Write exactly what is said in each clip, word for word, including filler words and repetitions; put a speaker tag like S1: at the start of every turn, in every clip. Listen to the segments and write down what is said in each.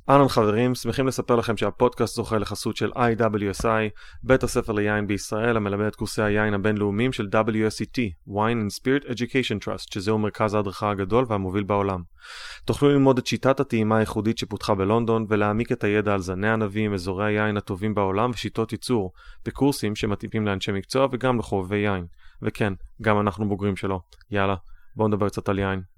S1: אהלן חברים, שמחים לספר לכם שהפודקאסט זוכה לחסות של איי דאבליו אס איי, בית הספר ליין בישראל המלמד את קורסי היין הבינלאומיים של דאבליו אס אי טי, Wine and Spirit Education Trust, שזהו מרכז ההדרכה הגדול והמוביל בעולם. תוכלו ללמוד את שיטת הטעימה הייחודית שפותחה בלונדון ולהעמיק את הידע על זני ענבים, אזורי היין הטובים בעולם ושיטות ייצור, בקורסים שמתאימים לאנשי מקצוע וגם לחובבי יין. וכן, גם אנחנו בוגרים שלו. יאללה, בואו נדבר קצת על יין.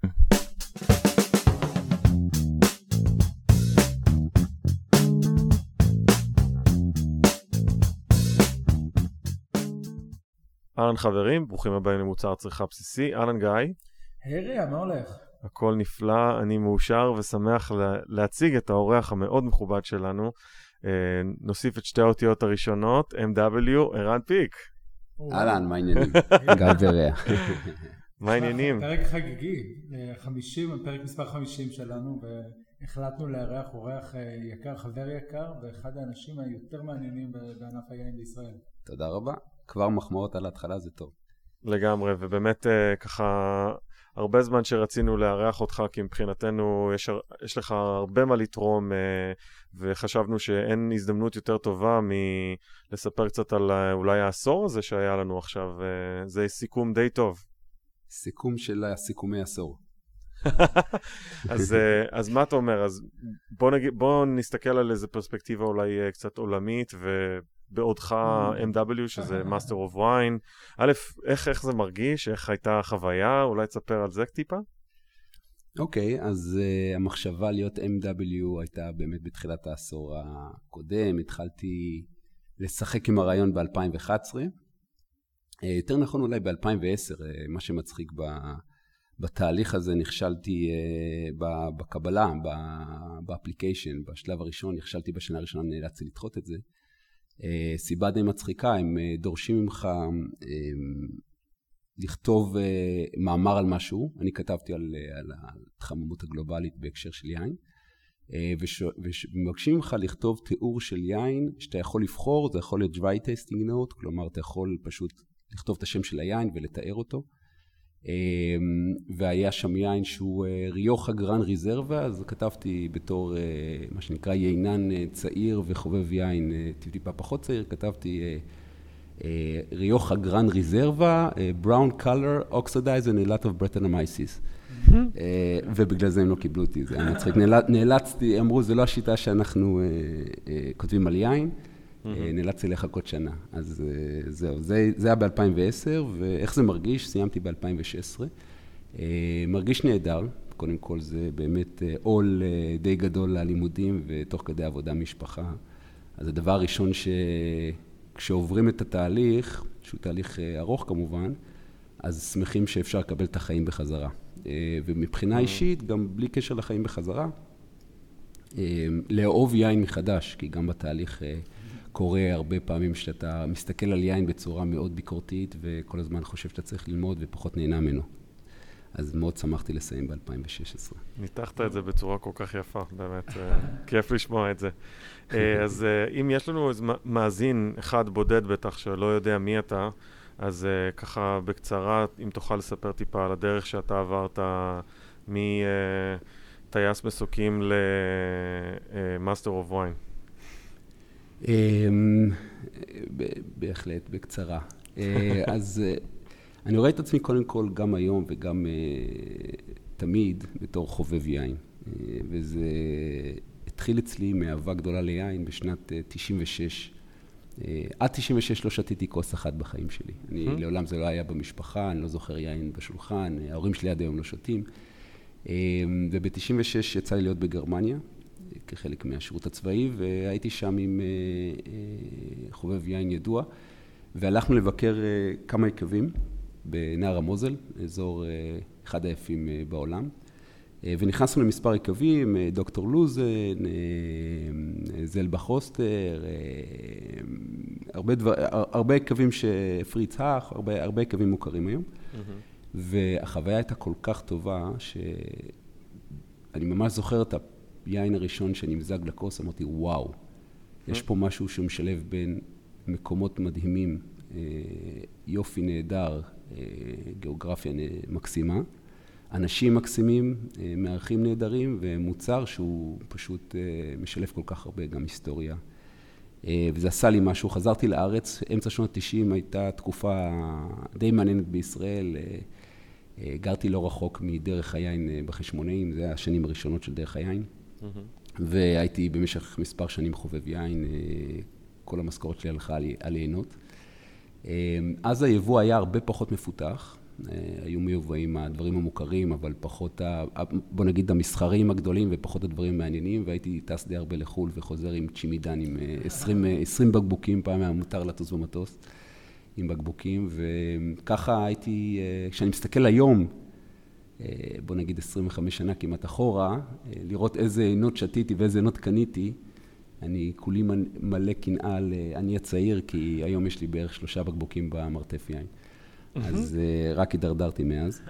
S1: אהלן חברים, ברוכים הבאים למוצר צריכה בסיסי. אהלן גיא.
S2: היי ריה, מה הולך?
S1: הכל נפלא, אני מאושר ושמח להציג את האורח המאוד מכובד שלנו. נוסיף את שתי האותיות הראשונות, אם דאבליו, ערן פיק.
S3: אהלן, מה העניינים? גיא וריה.
S1: מה העניינים?
S2: פרק חגיגי, חמישים, פרק מספר חמישים שלנו, והחלטנו לארח אורח יקר, חבר יקר, ואחד האנשים היותר מעניינים בענף היין בישראל.
S3: תודה רבה. כבר מחמאות על ההתחלה זה טוב.
S1: לגמרי, ובאמת ככה הרבה זמן שרצינו לארח אותך, כי מבחינתנו יש, יש לך הרבה מה לתרום, וחשבנו שאין הזדמנות יותר טובה מלספר קצת על אולי העשור הזה שהיה לנו עכשיו. זה סיכום די טוב.
S3: סיכום של סיכומי עשור.
S1: אז, אז מה אתה אומר? אז בוא, נגיד, בוא נסתכל על איזה פרספקטיבה אולי קצת עולמית, ובעודך אם דאבליו, שזה Master of Wine. א', איך, איך זה מרגיש? איך הייתה החוויה? אולי תספר על זה טיפה?
S3: אוקיי, okay, אז uh, המחשבה להיות אם דאבליו הייתה באמת בתחילת העשור הקודם. התחלתי לשחק עם הרעיון ב-אלפיים ואחת עשרה. Uh, יותר נכון אולי ב-אלפיים ועשר, uh, מה שמצחיק ב... בתהליך הזה נכשלתי uh, בקבלה, באפליקיישן, בשלב הראשון, נכשלתי בשנה הראשונה, נאלצתי לדחות את זה. Uh, סיבה די מצחיקה, הם uh, דורשים ממך uh, לכתוב uh, מאמר על משהו, אני כתבתי על, uh, על התחממות הגלובלית בהקשר של יין, uh, ומבקשים ממך לכתוב תיאור של יין, שאתה יכול לבחור, זה יכול להיות dry tasting note, כלומר אתה יכול פשוט לכתוב את השם של היין ולתאר אותו, והיה שם יין שהוא ריוחה גרן ריזרבה, אז כתבתי בתור מה שנקרא יינן צעיר וחובב יין טיפה פחות צעיר, כתבתי ריוחה גרן ריזרבה, brown color, oxidized and a lot of Brettanomyces. ובגלל זה הם לא קיבלו אותי, זה היה מצחיק. נאלצתי, אמרו, זה לא השיטה שאנחנו כותבים על יין, נאלצתי לחכות שנה. אז זהו, זה היה ב-אלפיים ועשר, ואיך זה מרגיש? סיימתי ב-אלפיים ושש עשרה. מרגיש נהדר, קודם כל זה באמת עול די גדול ללימודים, ותוך כדי עבודה משפחה. אז הדבר הראשון שכשעוברים את התהליך, שהוא תהליך ארוך כמובן, אז שמחים שאפשר לקבל את החיים בחזרה. ומבחינה אישית, גם בלי קשר לחיים בחזרה, לאהוב יין מחדש, כי גם בתהליך קורה הרבה פעמים שאתה מסתכל על יין בצורה מאוד ביקורתית, וכל הזמן חושב שאתה צריך ללמוד ופחות נהנה ממנו. אז מאוד שמחתי לסיים ב-אלפיים ושש עשרה.
S1: ניתחת את זה בצורה כל כך יפה, באמת, כיף לשמוע את זה. אז אם יש לנו איזה מאזין אחד בודד בטח שלא יודע מי אתה, אז ככה בקצרה, אם תוכל לספר טיפה על הדרך שאתה עברת מטייס מסוקים ל-Master of Wine.
S3: בהחלט, בקצרה. אז אני רואה את עצמי קודם כל גם היום וגם תמיד בתור חובב יין. וזה התחיל אצלי מאהבה גדולה ליין בשנת תשעים ושש. עד תשעים ושש לא שתיתי כוס אחת בחיים שלי. אני, לעולם זה לא היה במשפחה, אני לא זוכר יין בשולחן, ההורים שלי עד היום לא שותים. וב-תשעים ושש יצא לי להיות בגרמניה, כחלק מהשירות הצבאי, והייתי שם עם חובב יין ידוע, והלכנו לבקר כמה יקבים בנהר המוזל, אזור אחד היפים בעולם, ונכנסנו למספר יקבים, דוקטור לוזן, זלבח הוסטר, הרבה, דבר, הרבה יקבים שפריץ האך, הרבה, הרבה יקבים מוכרים היום, והחוויה הייתה כל כך טובה, שאני ממש זוכר את היין הראשון שנמזג לכוס, אמרתי, וואו, יש פה משהו שמשלב בין מקומות מדהימים, יופי נהדר, גיאוגרפיה מקסימה, אנשים מקסימים, מארחים נהדרים, ומוצר שהוא פשוט משלב כל כך הרבה גם היסטוריה. וזה עשה לי משהו. חזרתי לארץ, אמצע שנות ה-תשעים הייתה תקופה די מעניינת בישראל. גרתי לא רחוק מדרך היין בחשמונאים, זה היה השנים הראשונות של דרך היין. והייתי במשך מספר שנים חובב יין, כל המשכורת שלי הלכה על יינות. אז היבוא היה הרבה פחות מפותח. היו מיובאים הדברים המוכרים, אבל פחות, בוא נגיד, המסחרים הגדולים ופחות הדברים המעניינים, והייתי טס די הרבה לחול וחוזר עם צ'ימידן, עם עשרים בקבוקים, פעם היה מותר לטוס במטוס עם בקבוקים, וככה הייתי, כשאני מסתכל היום, בוא נגיד עשרים וחמש שנה כמעט אחורה, לראות איזה עינות שתיתי ואיזה עינות קניתי, אני כולי מלא קנאה על אני הצעיר, כי היום יש לי בערך שלושה בקבוקים במרתף יין. אז רק הדרדרתי מאז.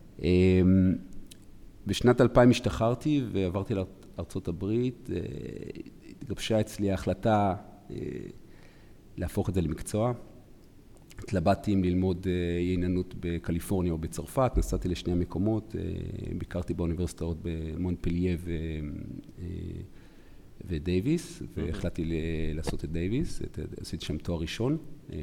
S3: בשנת אלפיים השתחררתי ועברתי לארצות הברית. התגבשה אצלי ההחלטה להפוך את זה למקצוע. התלבטתי אם ללמוד ייננות בקליפורניה או בצרפת. נסעתי לשני המקומות. ביקרתי באוניברסיטאות במונפליה ודייביס, והחלטתי לעשות את דייביס. עשיתי שם תואר ראשון.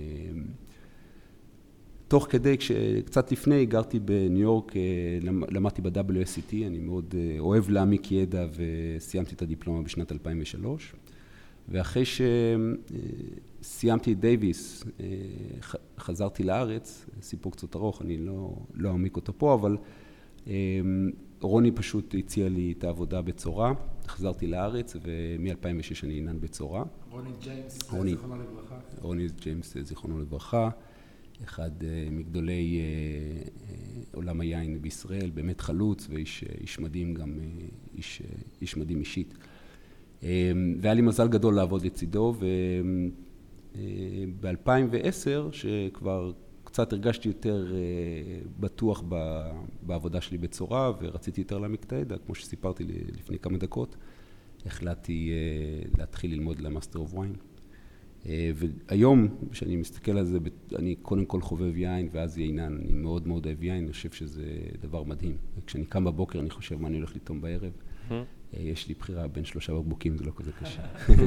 S3: תוך כדי, קצת לפני, גרתי בניו יורק, למדתי ב-דאבליו אס סי טי, אני מאוד אוהב להעמיק ידע וסיימתי את הדיפלומה בשנת אלפיים ושלוש. ואחרי שסיימתי את דייביס, חזרתי לארץ, סיפור קצת ארוך, אני לא, לא אעמיק אותו פה, אבל רוני פשוט הציע לי את העבודה בצורה, חזרתי לארץ, ומ-אלפיים ושש אני אינן בצורה.
S2: רוני ג'יימס, זיכרונו לברכה.
S3: רוני ג'יימס, זיכרונו לברכה. אחד מגדולי עולם היין בישראל, באמת חלוץ ואיש מדהים גם, איש, איש מדהים אישית. והיה לי מזל גדול לעבוד לצידו, וב-אלפיים ועשר, שכבר קצת הרגשתי יותר בטוח בעבודה שלי בצורה, ורציתי יותר להעמיק את הידע, כמו שסיפרתי לפני כמה דקות, החלטתי להתחיל ללמוד למאסטר אוף ויין. והיום, כשאני מסתכל על זה, אני קודם כל חובב יין ואז יינן. אני מאוד מאוד אוהב יין, אני חושב שזה דבר מדהים. כשאני קם בבוקר, אני חושב מה אני הולך לטעום בערב. יש לי בחירה בין שלושה בקבוקים, זה לא כזה קשה.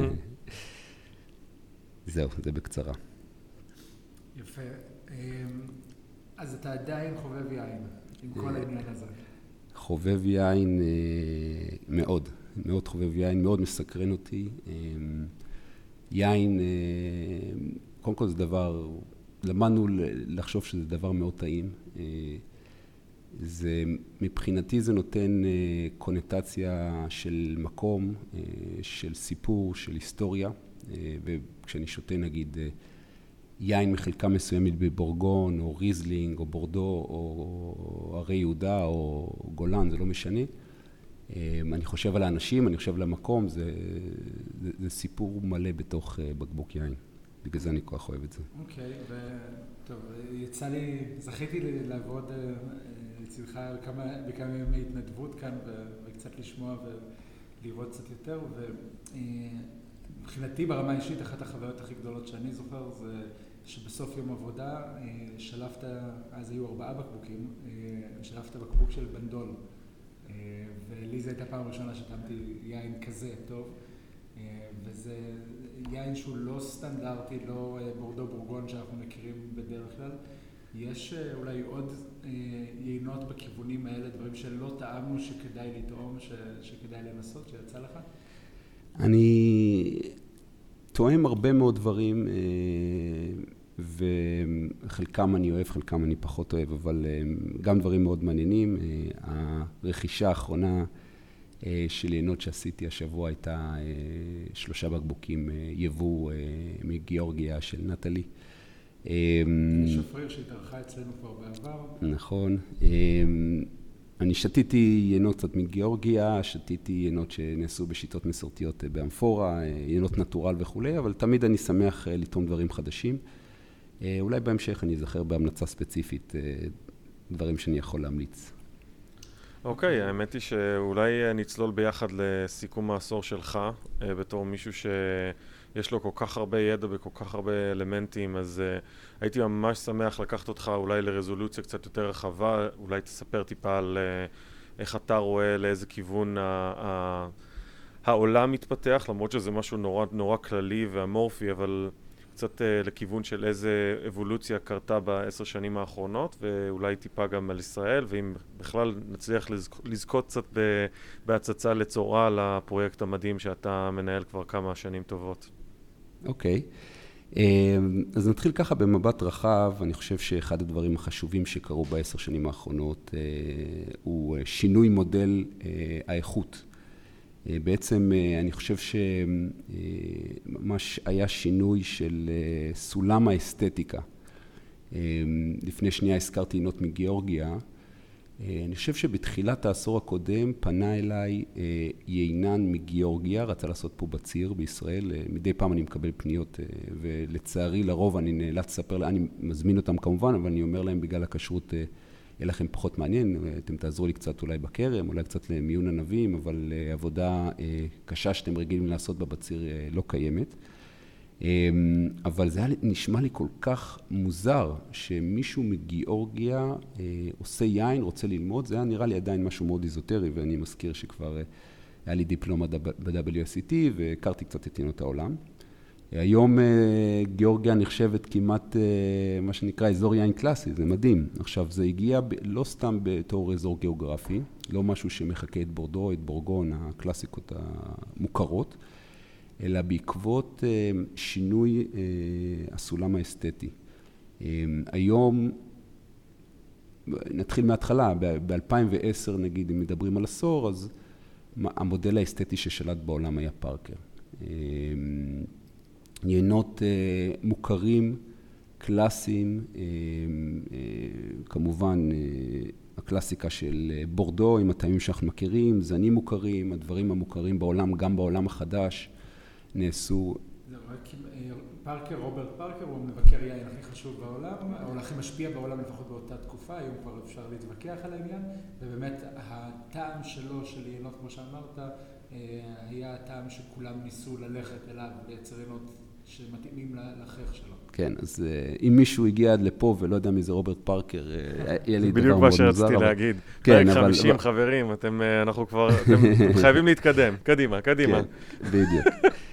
S3: זהו, זה בקצרה.
S2: יפה. אז אתה עדיין חובב יין, עם כל העניין הזה.
S3: חובב יין מאוד, מאוד חובב יין, מאוד מסקרן אותי. יין, קודם כל זה דבר, למדנו לחשוב שזה דבר מאוד טעים. זה, מבחינתי זה נותן קונוטציה של מקום, של סיפור, של היסטוריה. וכשאני שותה נגיד יין מחלקה מסוימת בבורגון, או ריזלינג, או בורדו, או הרי יהודה, או גולן, זה לא משנה. אני חושב על האנשים, אני חושב על המקום, זה, זה, זה סיפור מלא בתוך בקבוק יין. בגלל זה אני כל כך אוהב את זה.
S2: אוקיי, וטוב, יצא לי, זכיתי לעבוד לצלך בכמה, בכמה ימי התנדבות כאן, וקצת לשמוע ולראות קצת יותר, ומבחינתי ברמה האישית, אחת החוויות הכי גדולות שאני זוכר, זה שבסוף יום עבודה שלפת, אז היו ארבעה בקבוקים, שלפת בקבוק של בנדול. ולי זו הייתה פעם ראשונה שטעמתי יין כזה טוב, וזה יין שהוא לא סטנדרטי, לא בורדו בורגון שאנחנו מכירים בדרך כלל. יש אולי עוד יינות בכיוונים האלה, דברים שלא טעמנו שכדאי לטעום, שכדאי לנסות, שיצא לך?
S3: אני טועם הרבה מאוד דברים, וחלקם אני אוהב, חלקם אני פחות אוהב, אבל גם דברים מאוד מעניינים. הרכישה האחרונה של יינות שעשיתי השבוע הייתה שלושה בקבוקים יבוא מגיאורגיה של נטלי.
S2: שפריר שהתארחה אצלנו כבר בעבר.
S3: נכון. אני שתיתי יינות קצת מגיאורגיה, שתיתי יינות שנעשו בשיטות מסורתיות באמפורה, יינות נטורל וכו', אבל תמיד אני שמח לטעום דברים חדשים. אולי בהמשך אני אזכר בהמלצה ספציפית דברים שאני יכול להמליץ.
S1: אוקיי, האמת היא שאולי נצלול ביחד לסיכום העשור שלך, בתור מישהו שיש לו כל כך הרבה ידע וכל כך הרבה אלמנטים, אז הייתי ממש שמח לקחת אותך אולי לרזולוציה קצת יותר רחבה, אולי תספר טיפה על איך אתה רואה לאיזה כיוון העולם מתפתח, למרות שזה משהו נורא, נורא כללי ואמורפי, אבל קצת לכיוון של איזה אבולוציה קרתה בעשר שנים האחרונות, ואולי טיפה גם על ישראל, ואם בכלל נצליח לזכות קצת בהצצה לצורה לפרויקט המדהים שאתה מנהל כבר כמה שנים טובות.
S3: אוקיי. אז נתחיל ככה במבט רחב. אני חושב שאחד הדברים החשובים שקרו בעשר שנים האחרונות הוא שינוי מודל האיכות. בעצם אני חושב שממש היה שינוי של סולם האסתטיקה. לפני שנייה הזכרתי עינות מגיאורגיה. אני חושב שבתחילת העשור הקודם פנה אליי יינן מגיאורגיה, רצה לעשות פה בציר בישראל. מדי פעם אני מקבל פניות, ולצערי לרוב אני נאלץ לספר, אני מזמין אותם כמובן, אבל אני אומר להם בגלל הכשרות יהיה לכם פחות מעניין, אתם תעזרו לי קצת אולי בקרם, אולי קצת למיון ענבים, אבל עבודה קשה שאתם רגילים לעשות בבציר לא קיימת. אבל זה היה נשמע לי כל כך מוזר שמישהו מגיאורגיה עושה יין, רוצה ללמוד. זה היה נראה לי עדיין משהו מאוד איזוטרי, ואני מזכיר שכבר היה לי דיפלומה ב-דאבליו אס אי טי והכרתי קצת את עינות העולם. היום גיאורגיה נחשבת כמעט מה שנקרא אזור יין קלאסי, זה מדהים. עכשיו זה הגיע לא סתם בתור אזור גיאוגרפי, לא משהו שמחכה את בורדו, את בורגון, הקלאסיקות המוכרות, אלא בעקבות שינוי הסולם האסתטי. היום, נתחיל מההתחלה, ב-אלפיים ועשר נגיד, אם מדברים על עשור, אז המודל האסתטי ששלט בעולם היה פארקר. יינות מוכרים, קלאסיים, כמובן הקלאסיקה של בורדו עם הטעמים שאנחנו מכירים, זנים מוכרים, הדברים המוכרים בעולם, גם בעולם החדש, נעשו...
S2: זה רק פארקר, רוברט פארקר, הוא מבקר יין הכי חשוב בעולם, או הכי משפיע בעולם לפחות באותה תקופה, היום כבר אפשר להתווכח על העניין, ובאמת הטעם שלו, של יינות, כמו שאמרת, היה הטעם שכולם ניסו ללכת אליו, לייצר יינות שמתאימים לחך שלו.
S3: כן, אז אם מישהו הגיע עד לפה ולא יודע מי זה רוברט פארקר, יהיה לי דבר מאוד מוזר.
S1: בדיוק מה שרציתי להגיד. פרק חמישים חברים, אנחנו כבר, אתם חייבים להתקדם. קדימה, קדימה.
S3: בדיוק.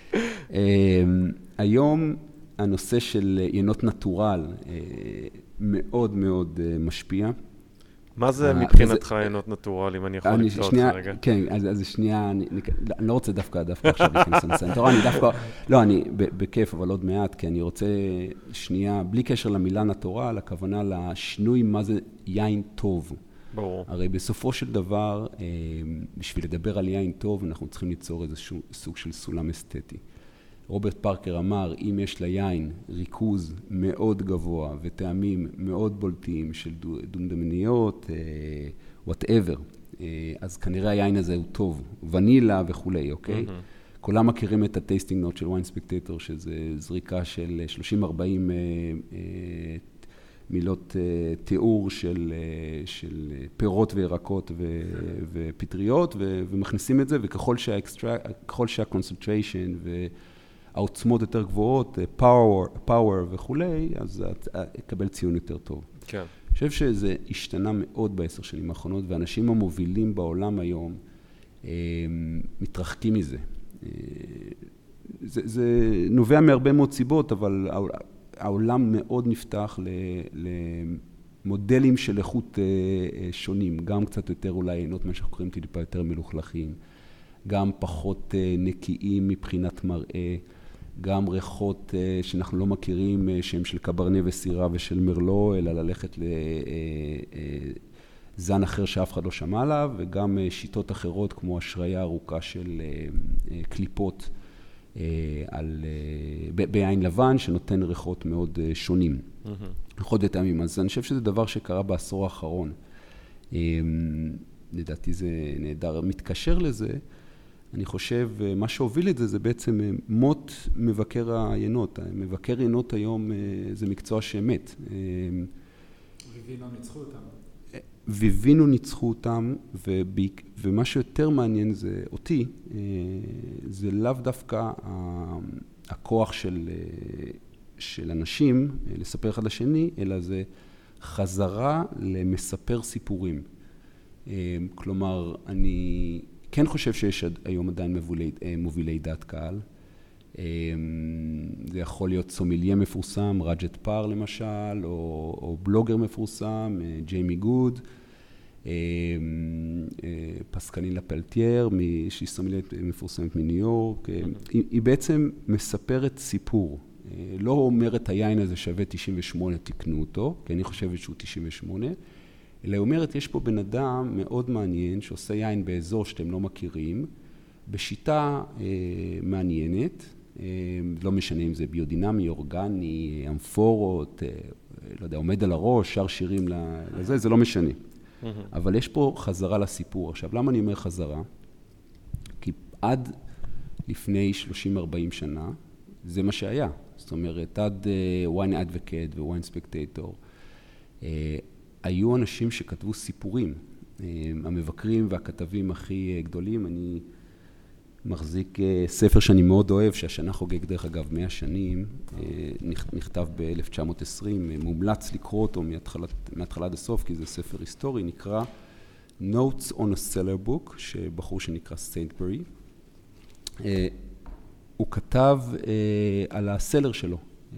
S3: היום הנושא של יינות נטורל מאוד מאוד משפיע.
S1: מה זה מבחינתך יינות נטורל, אם אני יכול לקטוע אותך רגע?
S3: כן, אז שנייה, אני לא רוצה דווקא דווקא עכשיו להיכנס לנושא נטורל, אני דווקא, לא, אני בכיף, אבל עוד מעט, כי אני רוצה שנייה, בלי קשר למילה נטורל, הכוונה לשינוי מה זה יין טוב.
S1: ברור.
S3: הרי בסופו של דבר, בשביל לדבר על יין טוב, אנחנו צריכים ליצור איזשהו סוג של סולם אסתטי. רוברט פארקר אמר, אם יש ליין ריכוז מאוד גבוה וטעמים מאוד בולטים של דומדמניות, whatever, אז כנראה היין הזה הוא טוב, ונילה וכולי, אוקיי? Mm-hmm. כולם מכירים את הטייסטינג נוט של וויין ספקטטור, שזה זריקה של שלושים ארבעים מילות תיאור של, של פירות וירקות ו, ופטריות, ו, ומכניסים את זה, וככל שהאקסטרק, ככל שהקונסנטריישן והעוצמות יותר גבוהות, power, power וכולי, אז יקבל ציון יותר טוב.
S1: כן.
S3: אני חושב שזה השתנה מאוד בעשר שנים האחרונות, ואנשים המובילים בעולם היום מתרחקים מזה. זה, זה נובע מהרבה מאוד סיבות, אבל העולם מאוד נפתח למודלים של איכות שונים, גם קצת יותר אולי יינות מה שאנחנו קוראים טיפה יותר מלוכלכים, גם פחות נקיים מבחינת מראה, גם ריחות שאנחנו לא מכירים שהם של קברנה וסירה ושל מרלו, אלא ללכת לזן אחר שאף אחד לא שמע עליו, וגם שיטות אחרות כמו השריה ארוכה של קליפות על, ביין לבן שנותן ריחות מאוד שונים, ריחות וטעמים. אז אני חושב שזה דבר שקרה בעשור האחרון. לדעתי זה נהדר. מתקשר לזה, אני חושב, מה שהוביל את זה, זה בעצם מות מבקר היינות. מבקר יינות היום זה מקצוע שמת.
S2: ריבינו ניצחו אותם.
S3: ויבינו ניצחו אותם, ומה שיותר מעניין זה אותי, זה לאו דווקא הכוח של, של אנשים לספר אחד לשני, אלא זה חזרה למספר סיפורים. כלומר, אני כן חושב שיש היום עדיין מובילי, מובילי דעת קהל. זה יכול להיות סומיליה מפורסם, רג'ט פאר למשל, או, או בלוגר מפורסם, ג'יימי גוד, פסקלין לפלטייר, שהיא סומיליה מפורסמת מניו יורק. היא, היא בעצם מספרת סיפור. לא אומרת היין הזה שווה תשעים ושמונה, תקנו אותו, כי אני חושבת שהוא תשעים ושמונה, אלא היא אומרת, יש פה בן אדם מאוד מעניין שעושה יין באזור שאתם לא מכירים, בשיטה אה, מעניינת, אה, לא משנה אם זה ביודינמי, אורגני, אמפורות, אה, לא יודע, עומד על הראש, שר שירים לזה, זה לא משנה. Mm-hmm. אבל יש פה חזרה לסיפור. עכשיו, למה אני אומר חזרה? כי עד לפני שלושים ארבעים שנה, זה מה שהיה. זאת אומרת, עד uh, Wine Advocate ו-Wine Spectator, uh, היו אנשים שכתבו סיפורים. Uh, המבקרים והכתבים הכי uh, גדולים, אני מחזיק uh, ספר שאני מאוד אוהב, שהשנה חוגג דרך אגב מאה שנים, uh, נכתב ב-אלף תשע מאות עשרים, uh, מומלץ לקרוא אותו מההתחלה עד הסוף, כי זה ספר היסטורי, נקרא Notes on a Cellar Book, שבחור שנקרא סיינסברי. Uh, הוא כתב אה, על הסלר שלו, אה,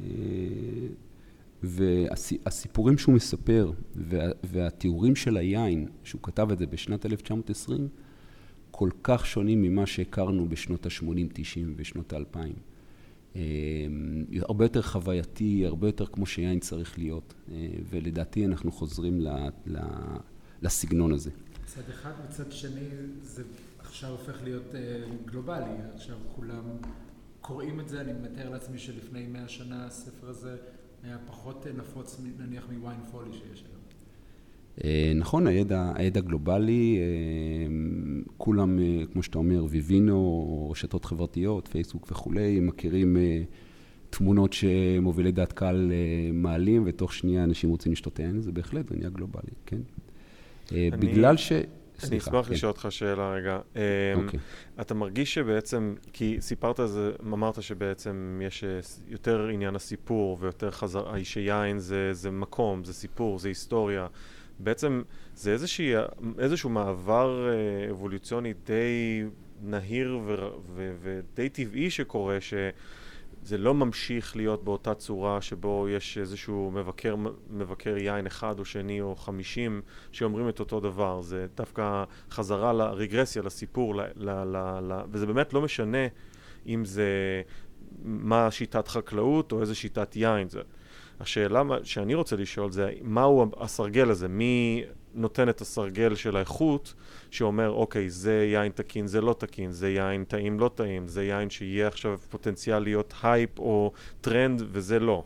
S3: והסיפורים שהוא מספר, וה, והתיאורים של היין, שהוא כתב את זה בשנת אלף תשע מאות עשרים, כל כך שונים ממה שהכרנו בשנות ה-שמונים, תשעים ושנות ה-אלפיים. אה, הרבה יותר חווייתי, הרבה יותר כמו שיין צריך להיות, אה, ולדעתי אנחנו חוזרים ל, ל, לסגנון הזה.
S2: מצד אחד, מצד שני, זה עכשיו הופך להיות אה, גלובלי, עכשיו כולם קוראים את זה, אני מתאר לעצמי שלפני מאה שנה הספר הזה היה פחות נפוץ נניח מוויין פולי שיש היום.
S3: נכון, הידע, הידע גלובלי, כולם, כמו שאתה אומר, ויבינו, רשתות חברתיות, פייסבוק וכולי, מכירים תמונות שמובילי דעת קהל מעלים, ותוך שנייה אנשים רוצים לשתות יין, זה בהחלט, זה נהיה גלובלי, כן? אני... בגלל ש...
S1: אני אשמח לשאול אותך שאלה רגע. אתה מרגיש שבעצם, כי סיפרת על זה, אמרת שבעצם יש יותר עניין הסיפור ויותר חזרה, שיין זה מקום, זה סיפור, זה היסטוריה. בעצם זה איזשהו מעבר אבולוציוני די נהיר ודי טבעי שקורה, ש... זה לא ממשיך להיות באותה צורה שבו יש איזשהו מבקר, מבקר יין אחד או שני או חמישים שאומרים את אותו דבר. זה דווקא חזרה לרגרסיה, לסיפור, ל, ל, ל, ל, וזה באמת לא משנה אם זה מה שיטת חקלאות או איזה שיטת יין. זה. השאלה שאני רוצה לשאול זה, מהו הסרגל הזה? מי נותן את הסרגל של האיכות שאומר, אוקיי, זה יין תקין, זה לא תקין, זה יין טעים, לא טעים, זה יין שיהיה עכשיו פוטנציאל להיות הייפ או טרנד, וזה לא.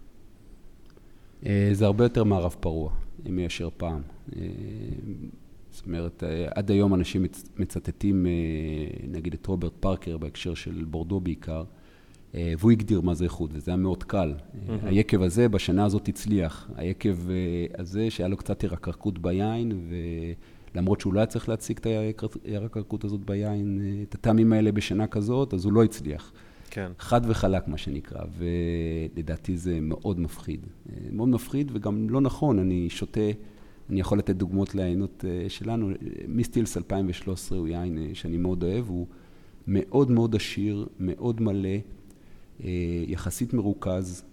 S3: זה הרבה יותר מערב פרוע, אם ישר פעם. זאת אומרת, עד היום אנשים מצטטים, נגיד את רוברט פארקר בהקשר של בורדו בעיקר, והוא הגדיר מה זה איכות, וזה היה מאוד קל. היקב הזה בשנה הזאת הצליח. היקב הזה שהיה לו קצת ירקרקות ביין, ולמרות שהוא לא היה צריך להציג את הירקרקות הזאת ביין, את הטעמים האלה בשנה כזאת, אז הוא לא הצליח.
S1: כן.
S3: חד וחלק מה שנקרא, ולדעתי זה מאוד מפחיד. מאוד מפחיד וגם לא נכון, אני שותה, אני יכול לתת דוגמאות לעיינות שלנו. מיסטילס אלפיים ושלוש עשרה הוא יין שאני מאוד אוהב, הוא מאוד מאוד עשיר, מאוד מלא, יחסית מרוכז,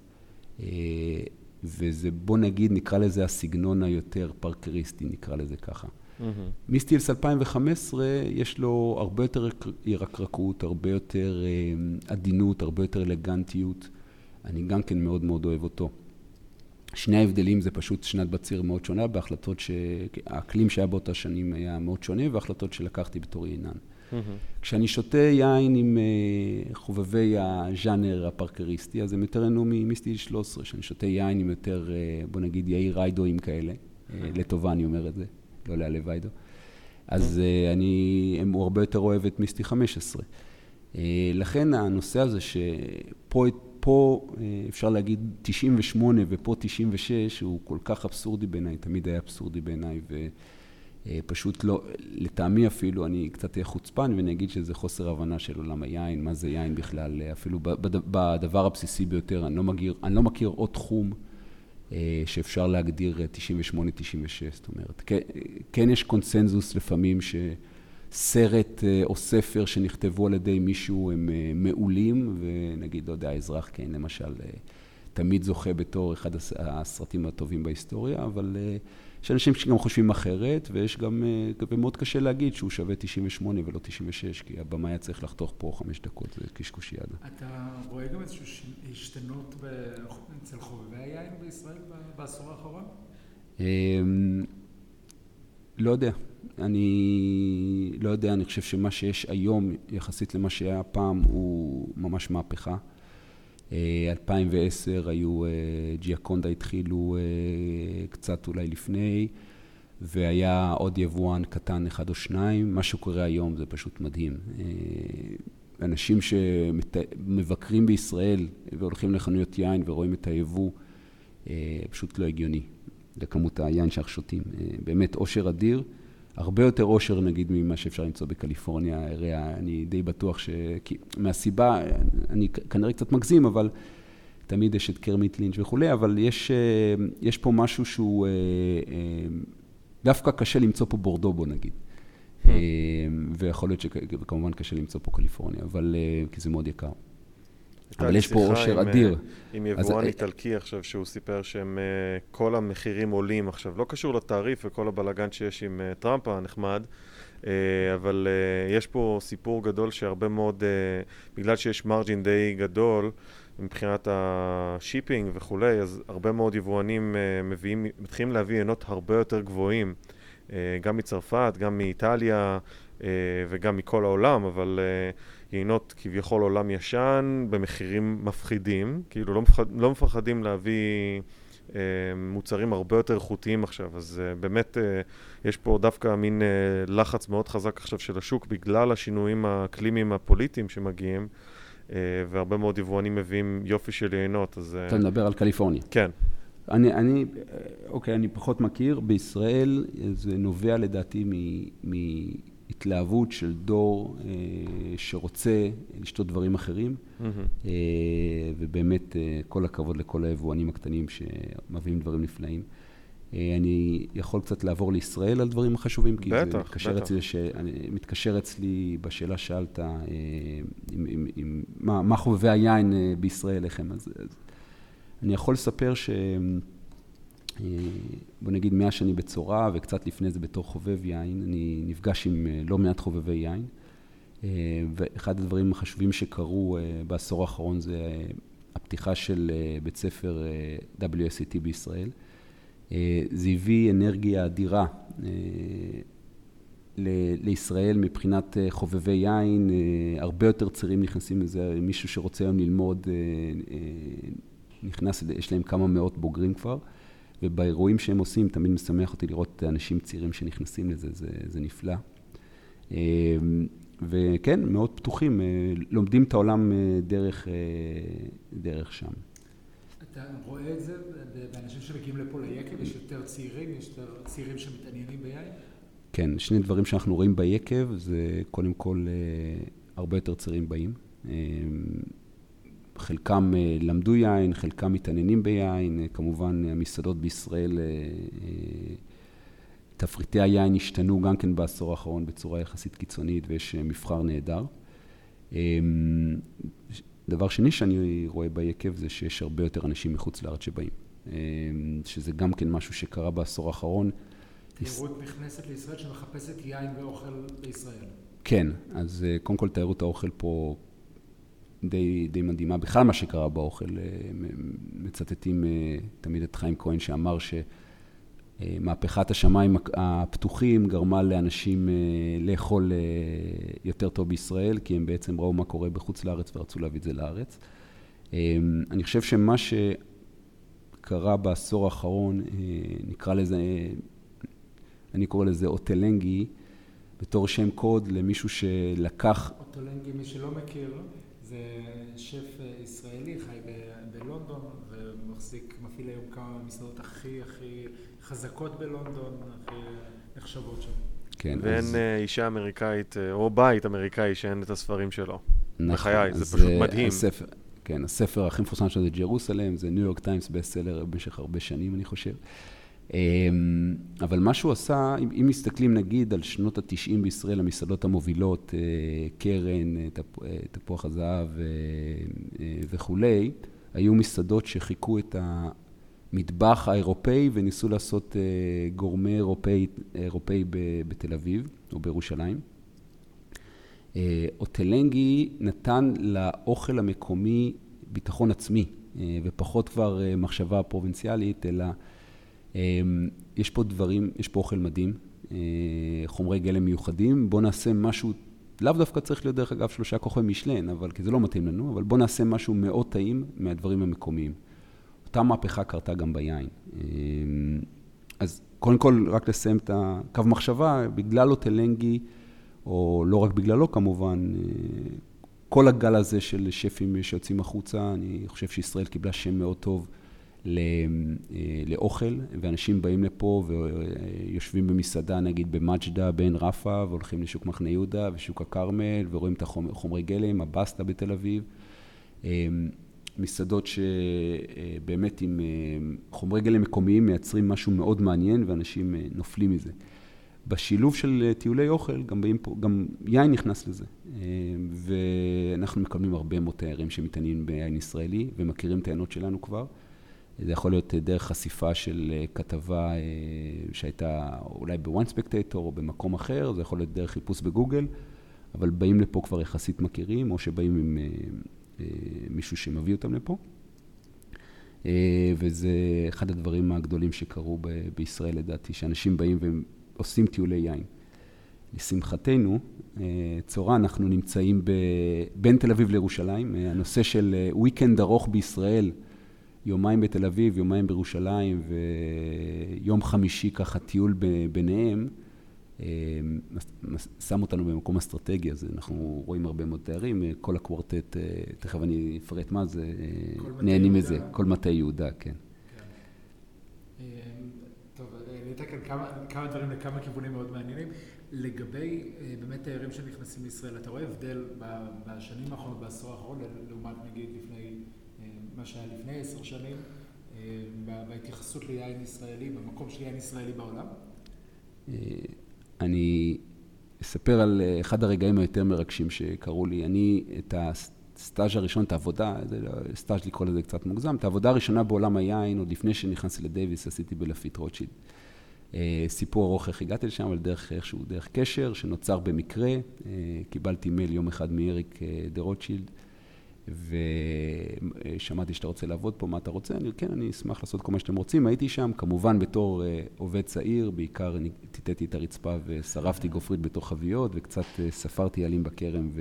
S3: וזה, בוא נגיד, נקרא לזה הסגנון היותר פארקריסטי, נקרא לזה ככה. Mm-hmm. מיסטילס אלפיים וחמש עשרה יש לו הרבה יותר ירקרקות, הרבה יותר עדינות, הרבה יותר אלגנטיות. אני גם כן מאוד מאוד אוהב אותו. שני ההבדלים זה פשוט שנת בציר מאוד שונה, בהחלטות שהאקלים שהיה באותה שנים היה מאוד שונה, והחלטות שלקחתי בתור יינן. Mm-hmm. כשאני שותה יין עם uh, חובבי הז'אנר הפארקריסטי, אז הם יותר ענו ממיסטילס שלוש עשרה, שאני שותה יין עם יותר, uh, בוא נגיד, יאיר ריידוים כאלה, mm-hmm. uh, לטובה אני אומר את זה, לא להלב ויידו. אז uh, אני, הוא הרבה יותר אוהב את מיסטי חמש עשרה. Uh, לכן הנושא הזה שפה שפה אפשר להגיד תשעים ושמונה ופה תשעים ושש, הוא כל כך אבסורדי בעיניי, תמיד היה אבסורדי בעיניי, ופשוט לא, לטעמי אפילו, אני קצת אהיה חוצפן ואני אגיד שזה חוסר הבנה של עולם היין, מה זה יין בכלל, אפילו בדבר הבסיסי ביותר, אני לא מכיר, אני לא מכיר עוד תחום שאפשר להגדיר תשעים ושמונה תשעים ושש, זאת אומרת, כן, כן יש קונסנזוס לפעמים שסרט או ספר שנכתבו על ידי מישהו הם מעולים, ונגיד, לא יודע, האזרח, כן, למשל, תמיד זוכה בתור אחד הסרטים הטובים בהיסטוריה, אבל יש אנשים שגם חושבים אחרת, ויש גם, ומאוד קשה להגיד שהוא שווה תשעים ושמונה ולא תשעים ושש, כי הבמה היה צריך לחתוך פה חמש דקות, זה קשקושי ידה.
S2: אתה רואה גם איזושהי השתנות אצל חובבי היין בישראל בעשור האחרון?
S3: לא יודע. אני לא יודע, אני חושב שמה שיש היום, יחסית למה שהיה פעם, הוא ממש מהפכה. אלפיים ועשר היו, ג'יאקונדה התחילו קצת אולי לפני, והיה עוד יבואן קטן אחד או שניים. מה שקורה היום זה פשוט מדהים. אנשים שמבקרים בישראל והולכים לחנויות יין ורואים את היבוא, פשוט לא הגיוני. לכמות היין שאנחנו שותים. באמת אושר אדיר. הרבה יותר אושר נגיד ממה שאפשר למצוא בקליפורניה, אני די בטוח ש... מהסיבה, אני כנראה קצת מגזים, אבל תמיד יש את קרמיט לינץ' וכולי, אבל יש, יש פה משהו שהוא דווקא קשה למצוא פה בורדובו נגיד. ויכול להיות שכמובן קשה למצוא פה קליפורניה, אבל כי זה מאוד יקר. אבל יש פה אושר אדיר.
S1: עם יבואן איטלקי עכשיו שהוא סיפר שהם כל המחירים עולים עכשיו, לא קשור לתעריף וכל הבלגן שיש עם טראמפ הנחמד, אבל יש פה סיפור גדול שהרבה מאוד, בגלל שיש מרג'ין די גדול מבחינת השיפינג וכולי, אז הרבה מאוד יבואנים מביאים, מתחילים להביא עינות הרבה יותר גבוהים, גם מצרפת, גם מאיטליה וגם מכל העולם, אבל יינות כביכול עולם ישן במחירים מפחידים, כאילו לא, מפחד, לא מפחדים להביא אה, מוצרים הרבה יותר איכותיים עכשיו, אז אה, באמת אה, יש פה דווקא מין אה, לחץ מאוד חזק עכשיו של השוק בגלל השינויים האקלימיים הפוליטיים שמגיעים, אה, והרבה מאוד יבואנים מביאים יופי של יינות. אז,
S3: אתה אה, מדבר על קליפורניה.
S1: כן.
S3: אני, אני, אוקיי, אני פחות מכיר, בישראל זה נובע לדעתי מ... מ התלהבות של דור אה, שרוצה לשתות דברים אחרים, mm-hmm. אה, ובאמת אה, כל הכבוד לכל היבואנים הקטנים שמביאים דברים נפלאים. אה, אני יכול קצת לעבור לישראל על דברים החשובים, כי בטח, זה מתקשר בטח. אצלי, ש... אני, מתקשר אצלי בשאלה שאלת, אה, עם, עם, עם, מה, מה חובבי היין אה, בישראל לכם. אז, אז אני יכול לספר ש... בוא נגיד מאה שנים בצורה, וקצת לפני זה בתור חובב יין, אני נפגש עם לא מעט חובבי יין, ואחד הדברים החשובים שקרו בעשור האחרון זה הפתיחה של בית ספר דאבליו אס אי טי בישראל. זה הביא אנרגיה אדירה לישראל מבחינת חובבי יין, הרבה יותר צעירים נכנסים לזה, מישהו שרוצה היום ללמוד, נכנס, יש להם כמה מאות בוגרים כבר, ובאירועים שהם עושים, תמיד משמח אותי לראות אנשים צעירים שנכנסים לזה, זה, זה נפלא. וכן, מאוד פתוחים, לומדים את העולם דרך, דרך שם.
S2: אתה רואה את זה באנשים שמגיעים לפה ליקב, יש יותר צעירים, יש יותר צעירים שמתעניינים ביין?
S3: כן, שני דברים שאנחנו רואים ביקב, זה קודם כל הרבה יותר צעירים באים. חלקם למדו יין, חלקם מתעניינים ביין, כמובן המסעדות בישראל, תפריטי היין השתנו גם כן בעשור האחרון בצורה יחסית קיצונית ויש מבחר נהדר. דבר שני שאני רואה ביקב זה שיש הרבה יותר אנשים מחוץ לארץ שבאים, שזה גם כן משהו שקרה בעשור האחרון.
S2: תיירות נכנסת לישראל שמחפשת יין ואוכל בישראל.
S3: כן, אז קודם כל תיירות האוכל פה די, די מדהימה. בכלל מה שקרה באוכל, מצטטים תמיד את חיים כהן שאמר שמהפכת השמיים הפתוחים גרמה לאנשים לאכול יותר טוב בישראל, כי הם בעצם ראו מה קורה בחוץ לארץ ורצו להביא את זה לארץ. אני חושב שמה שקרה בעשור האחרון, נקרא לזה, אני קורא לזה אוטלנגי, בתור שם קוד למישהו שלקח...
S2: אוטולנגי, מי שלא מכיר, זה שף ישראלי, חי בלונדון, ומחזיק, מפעיל היום כמה מסעדות הכי הכי חזקות בלונדון, הכי נחשבות שם.
S1: כן, ואין אז... אישה אמריקאית, או בית אמריקאי שאין את הספרים שלו.
S3: נכון.
S1: בחיי, זה פשוט מדהים.
S3: הספר, כן, הספר הכי מפורסם שלו זה ג'רוסלם, זה ניו יורק טיימס בסטסלר במשך הרבה שנים, אני חושב. אבל מה שהוא עשה, אם מסתכלים נגיד על שנות התשעים בישראל, המסעדות המובילות, קרן, תפוח הזהב וכולי, היו מסעדות שחיכו את המטבח האירופאי וניסו לעשות גורמה אירופאי, אירופאי בתל אביב או בירושלים. אוטלנגי נתן לאוכל המקומי ביטחון עצמי, ופחות כבר מחשבה פרובינציאלית, אלא יש פה דברים, יש פה אוכל מדהים, חומרי גלם מיוחדים, בוא נעשה משהו, לאו דווקא צריך להיות דרך אגב שלושה כוכבי משלן, אבל כי זה לא מתאים לנו, אבל בוא נעשה משהו מאוד טעים מהדברים המקומיים. אותה מהפכה קרתה גם ביין. אז קודם כל, רק לסיים את הקו מחשבה, בגלל אוטלנגי, או לא רק בגללו כמובן, כל הגל הזה של שפים שיוצאים החוצה, אני חושב שישראל קיבלה שם מאוד טוב לאוכל, ואנשים באים לפה ויושבים במסעדה, נגיד במג'דה, בעין רפה, והולכים לשוק מחנה יהודה ושוק הכרמל, ורואים את החומרי גלם, הבסטה בתל אביב. מסעדות שבאמת עם חומרי גלם מקומיים מייצרים משהו מאוד מעניין, ואנשים נופלים מזה. בשילוב של טיולי אוכל, גם, באים פה, גם יין נכנס לזה. ואנחנו מקבלים הרבה מאוד תיירים שמתעניינים ביין ישראלי, ומכירים את העיינות שלנו כבר. זה יכול להיות דרך חשיפה של כתבה שהייתה אולי בוואן ספקטטור או במקום אחר, זה יכול להיות דרך חיפוש בגוגל, אבל באים לפה כבר יחסית מכירים, או שבאים עם מישהו שמביא אותם לפה. וזה אחד הדברים הגדולים שקרו ב- בישראל לדעתי, שאנשים באים ועושים טיולי יין. לשמחתנו, צורה אנחנו נמצאים ב- בין תל אביב לירושלים, הנושא של וויקנד ארוך בישראל, יומיים בתל אביב, יומיים בירושלים, ויום חמישי ככה טיול ביניהם, שם אותנו במקום אסטרטגי, אז אנחנו רואים הרבה מאוד תיירים, כל הקוורטט, תכף אני אפרט מה זה, נהנים מזה, כל מטה יהודה, כן.
S2: טוב, העלית כאן כמה דברים לכמה כיוונים מאוד מעניינים. לגבי באמת תיירים שנכנסים לישראל, אתה רואה הבדל בשנים האחרונות, בעשור האחרון, לעומת נגיד לפני, מה שהיה לפני עשר שנים, בהתייחסות ליין ישראלי, במקום של יין ישראלי בעולם?
S3: אני אספר על אחד הרגעים היותר מרגשים שקראו לי. אני את הסטאז' הראשון, את העבודה, זה סטאז' לקרוא לזה קצת מוגזם, את העבודה הראשונה בעולם היין, עוד לפני שנכנסתי לדייביס, עשיתי בלפיט רוטשילד. סיפור ארוך איך הגעתי לשם, אבל דרך איכשהו, דרך קשר, שנוצר במקרה. קיבלתי מייל יום אחד מאריק דה רוטשילד, ושמעתי שאתה רוצה לעבוד פה, מה אתה רוצה? אני, כן, אני אשמח לעשות כל מה שאתם רוצים. הייתי שם, כמובן בתור עובד צעיר, בעיקר טיטטתי את הרצפה ושרפתי גופרית בתוך חביות, וקצת ספרתי עלים בכרם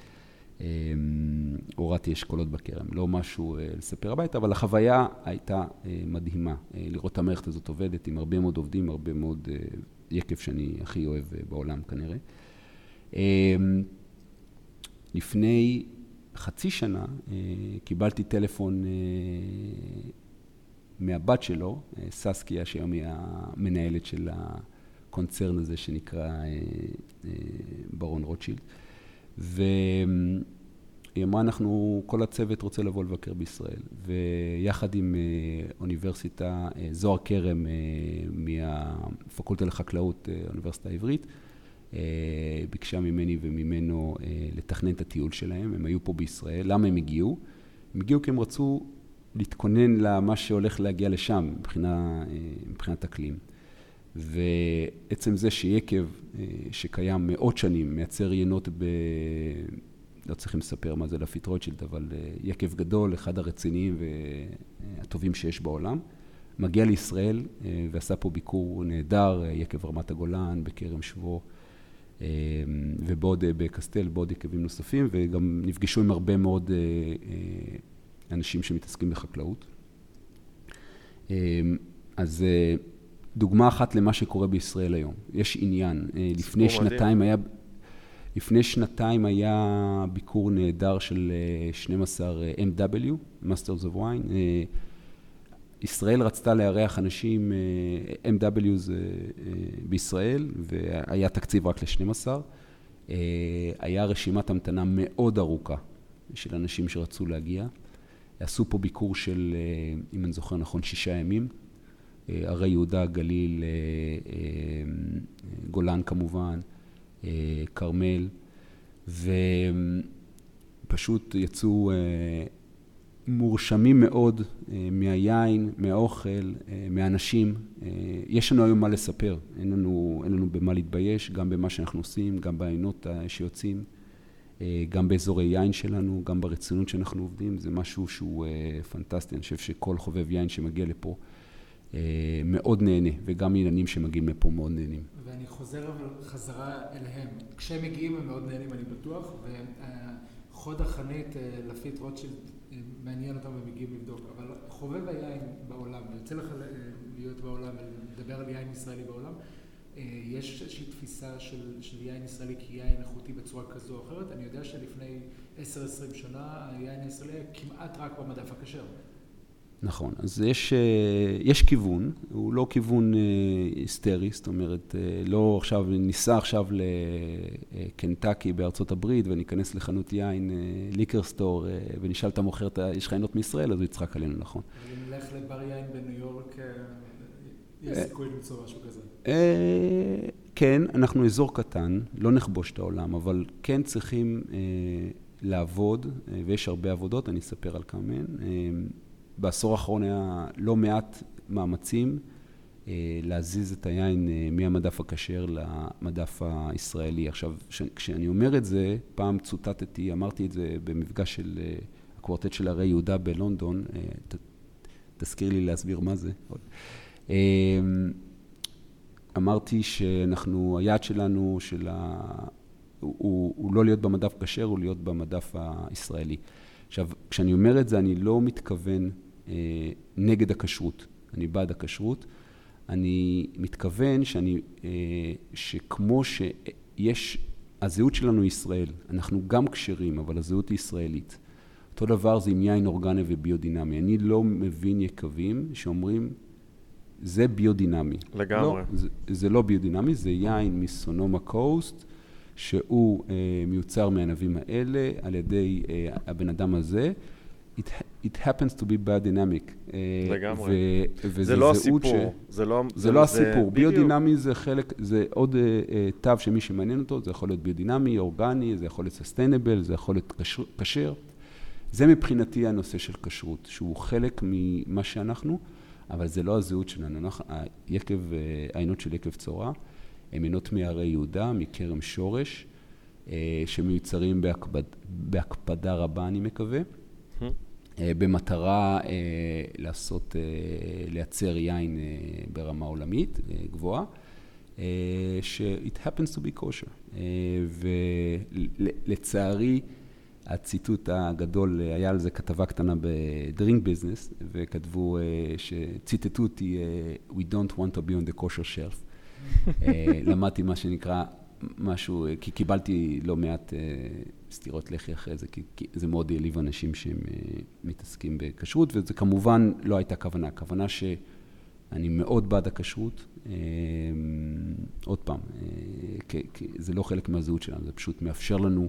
S3: והורדתי אשכולות בכרם. לא משהו לספר הביתה, אבל החוויה הייתה מדהימה. לראות את המערכת הזאת עובדת עם הרבה מאוד עובדים, הרבה מאוד יקף שאני הכי אוהב בעולם כנראה. לפני חצי שנה קיבלתי טלפון מהבת שלו, ססקיה, שהיום היא המנהלת של הקונצרן הזה שנקרא ברון רוטשילד, והיא אמרה, אנחנו, כל הצוות רוצה לבוא לבקר בישראל, ויחד עם אוניברסיטה, זוהר כרם מהפקולטה לחקלאות, האוניברסיטה העברית, ביקשה ממני וממנו לתכנן את הטיול שלהם. הם היו פה בישראל. למה הם הגיעו? הם הגיעו כי הם רצו להתכונן למה שהולך להגיע לשם מבחינה, מבחינת אקלים. ועצם זה שיקב שקיים מאות שנים, מייצר יינות ב... לא צריכים לספר מה זה לפיט רוטשילד, אבל יקב גדול, אחד הרציניים והטובים שיש בעולם, מגיע לישראל ועשה פה ביקור נהדר, יקב רמת הגולן, בכרם שבו, ובעוד בקסטל, בעוד יקבים נוספים, וגם נפגשו עם הרבה מאוד אנשים שמתעסקים בחקלאות. אז דוגמה אחת למה שקורה בישראל היום. יש עניין, לפני שנתיים היה, לפני שנתיים היה ביקור נהדר של שנים עשר אם דאבליו, Masters of Wine. ישראל רצתה לארח אנשים, אם דאבליו זה בישראל, והיה תקציב רק ל-שנים עשר. היה רשימת המתנה מאוד ארוכה של אנשים שרצו להגיע. עשו פה ביקור של, אם אני זוכר נכון, שישה ימים. הרי יהודה, גליל, גולן כמובן, קרמל, ופשוט יצאו מורשמים מאוד מהיין, מהאוכל, מהאנשים. יש לנו היום מה לספר, אין לנו, אין לנו במה להתבייש, גם במה שאנחנו עושים, גם בעינות שיוצאים, גם באזורי יין שלנו, גם ברצינות שאנחנו עובדים. זה משהו שהוא פנטסטי. אני חושב שכל חובב יין שמגיע לפה מאוד נהנה, וגם ילדים שמגיעים לפה מאוד נהנים.
S2: ואני חוזר חזרה אליהם. כשהם מגיעים הם מאוד נהנים, אני בטוח, וחוד החנית לפית רוטשילד מעניין אותם ומגיעים לבדוק, אבל חובב היין בעולם, ויוצא לך להיות בעולם ולדבר על יין ישראלי בעולם, יש איזושהי תפיסה של, של יין ישראלי כיין איכותי בצורה כזו או אחרת. אני יודע שלפני עשר עשרים שנה היין הישראלי היה כמעט רק במדף הכשר.
S3: נכון, אז יש, יש כיוון, הוא לא כיוון היסטרי, זאת אומרת, לא עכשיו, ניסע עכשיו לקנטקי בארצות הברית וניכנס לחנות יין, ליקר סטור, ונשאל את המוכר, יש לך עינות מישראל, אז הוא יצחק עלינו, נכון.
S2: אם נלך לבר יין בניו יורק, יש סיכוי למצוא משהו כזה.
S3: כן, אנחנו אזור קטן, לא נכבוש את העולם, אבל כן צריכים לעבוד, ויש הרבה עבודות, אני אספר על כמה מהן. בעשור האחרון היה לא מעט מאמצים להזיז את היין מהמדף הכשר למדף הישראלי. עכשיו, כשאני אומר את זה, פעם צוטטתי, אמרתי את זה במפגש של הקוורטט של הרי יהודה בלונדון, תזכיר לי להסביר מה זה. אמרתי שאנחנו, היעד שלנו, של ה... הוא, הוא לא להיות במדף כשר, הוא להיות במדף הישראלי. עכשיו, כשאני אומר את זה, אני לא מתכוון אה, נגד הכשרות. אני בעד הכשרות. אני מתכוון שאני, אה, שכמו שיש, הזהות שלנו היא ישראל. אנחנו גם כשרים, אבל הזהות היא ישראלית. אותו דבר זה עם יין אורגני וביודינמי. אני לא מבין יקבים שאומרים, זה ביודינמי.
S1: לגמרי.
S3: לא, זה, זה לא ביודינמי, זה יין מסונומה קוסט, שהוא אה, מיוצר מהענבים האלה על ידי אה, הבן אדם הזה. It, it happens to be biodynamic.
S1: לגמרי.
S3: ו-
S1: זה לא הסיפור.
S3: ש...
S1: זה לא,
S3: זה לא זה הסיפור. ביודינמי זה חלק, זה עוד אה, אה, תו שמי שמעניין אותו, זה יכול להיות ביודינמי, אורגני, זה יכול להיות sustainable, זה יכול להיות כשר. כשר. זה מבחינתי הנושא של כשרות, שהוא חלק ממה שאנחנו, אבל זה לא הזהות שלנו. יקב, העינות של יקב צורה, הם עינות מהרי יהודה, מכרם שורש, שמיוצרים בהקפד, בהקפדה רבה, אני מקווה, במטרה לעשות, לייצר יין ברמה עולמית גבוהה, ש-it happens to be kosher. ולצערי, הציטוט הגדול, היה על זה כתבה קטנה ב-Drink Business, וכתבו, שציטטו אותי, we don't want to be on the kosher shelf. למדתי מה שנקרא משהו, כי קיבלתי לא מעט סתירות לחי אחרי זה, כי זה מאוד העליב אנשים שהם מתעסקים בכשרות, וזה כמובן לא הייתה כוונה. הכוונה שאני מאוד בעד הכשרות, עוד פעם, זה לא חלק מהזהות שלנו, זה פשוט מאפשר לנו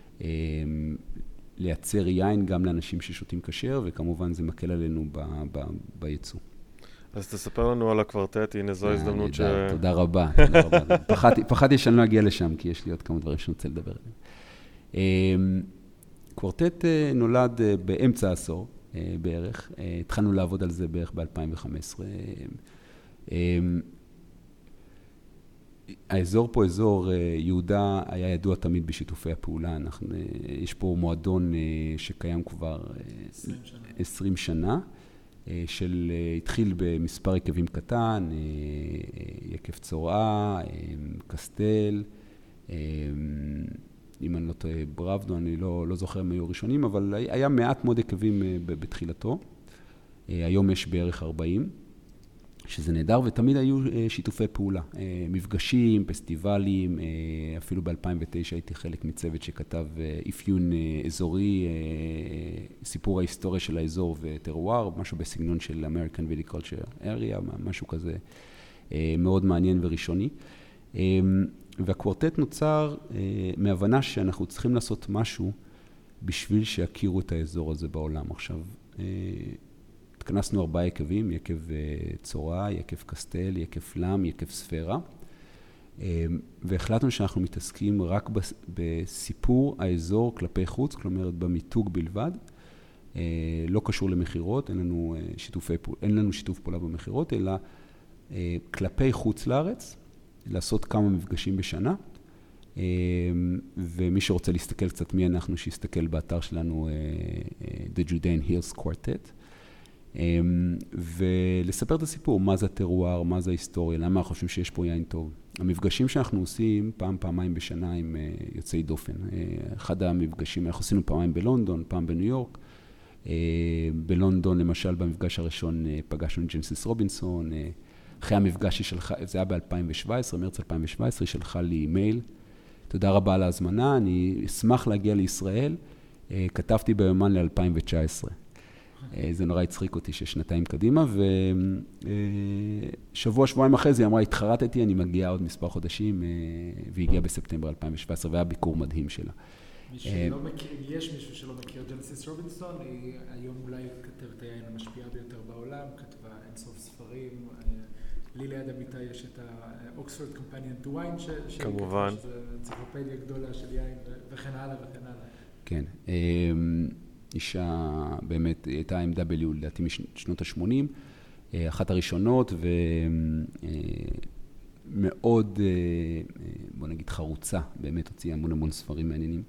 S3: לייצר יין גם לאנשים ששותים כשר, וכמובן זה מקל עלינו בייצוא.
S1: אז תספר לנו על הקוורטט, הנה זו הזדמנות ש...
S3: תודה רבה, תודה רבה. פחדתי שאני לא אגיע לשם, כי יש לי עוד כמה דברים שאני רוצה לדבר עליהם. קוורטט נולד באמצע העשור בערך, התחלנו לעבוד על זה בערך ב-אלפיים וחמש עשרה. האזור פה, אזור יהודה, היה ידוע תמיד בשיתופי הפעולה. אנחנו, יש פה מועדון שקיים כבר עשרים שנה, של התחיל במספר יקבים קטן, יקב צורעה, קסטל, אם אני לא טועה ברבדו, אני לא, לא זוכר אם היו ראשונים, אבל היה מעט מאוד יקבים בתחילתו. היום יש בערך ארבעים. שזה נהדר, ותמיד היו שיתופי פעולה, מפגשים, פסטיבלים, אפילו ב-אלפיים ותשע הייתי חלק מצוות שכתב אפיון אזורי, סיפור ההיסטוריה של האזור וטרואר, משהו בסגנון של American Viticulture Area, משהו כזה מאוד מעניין וראשוני. והקוורטט נוצר מהבנה שאנחנו צריכים לעשות משהו בשביל שיכירו את האזור הזה בעולם. עכשיו, התכנסנו ארבעה יקבים, יקב צורה, יקב קסטל, יקב פלם, יקב ספירה, והחלטנו שאנחנו מתעסקים רק בסיפור האזור כלפי חוץ, כלומר במיתוג בלבד, לא קשור למחירות, אין לנו, שיתופי, אין לנו שיתוף פעולה במחירות, אלא כלפי חוץ לארץ, לעשות כמה מפגשים בשנה, ומי שרוצה להסתכל קצת מי אנחנו, שיסתכל באתר שלנו, The Judean Hills Quartet, ולספר את הסיפור, מה זה הטרואר, מה זה ההיסטוריה, למה אנחנו חושבים שיש פה יין טוב. המפגשים שאנחנו עושים פעם, פעמיים בשנה עם יוצאי דופן. אחד המפגשים, אנחנו עשינו פעמיים בלונדון, פעם בניו יורק. בלונדון, למשל, במפגש הראשון פגשנו את ג'יימס רובינסון. אחרי המפגש היא שלחה, זה היה ב-אלפיים שבע עשרה, מרץ אלפיים שבע עשרה, היא שלחה לי אימייל. תודה רבה על ההזמנה, אני אשמח להגיע לישראל. כתבתי ביומן ל-אלפיים תשע עשרה. זה נורא הצחיק אותי ששנתיים קדימה, ושבוע, שבועיים אחרי זה היא אמרה, התחרטתי, אני מגיעה עוד מספר חודשים, והיא הגיעה בספטמבר אלפיים שבע עשרה, והיה ביקור מדהים שלה.
S2: יש מישהו שלא מכיר, ג'יימס רובינסון, היא היום אולי כתבת היין המשפיעה ביותר בעולם, כתבה אינסוף ספרים, לי ליד המיטה יש את ה-Oxford Companion to Wine,
S1: כמובן.
S2: שזו אנציקלופדיה גדולה של יין, וכן הלאה וכן הלאה.
S3: כן. אישה באמת, היא הייתה אם דאבליו לדעתי משנות ה-שמונים, אחת הראשונות ומאוד, בוא נגיד, חרוצה, באמת הוציאה המון המון ספרים מעניינים.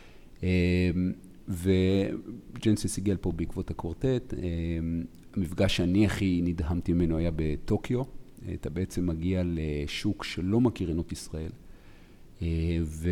S3: וג'יימס הגיע פה בעקבות הקוורטט, המפגש שאני הכי נדהמתי ממנו היה בטוקיו, אתה בעצם מגיע לשוק שלא מכיר עינות ישראל, ו...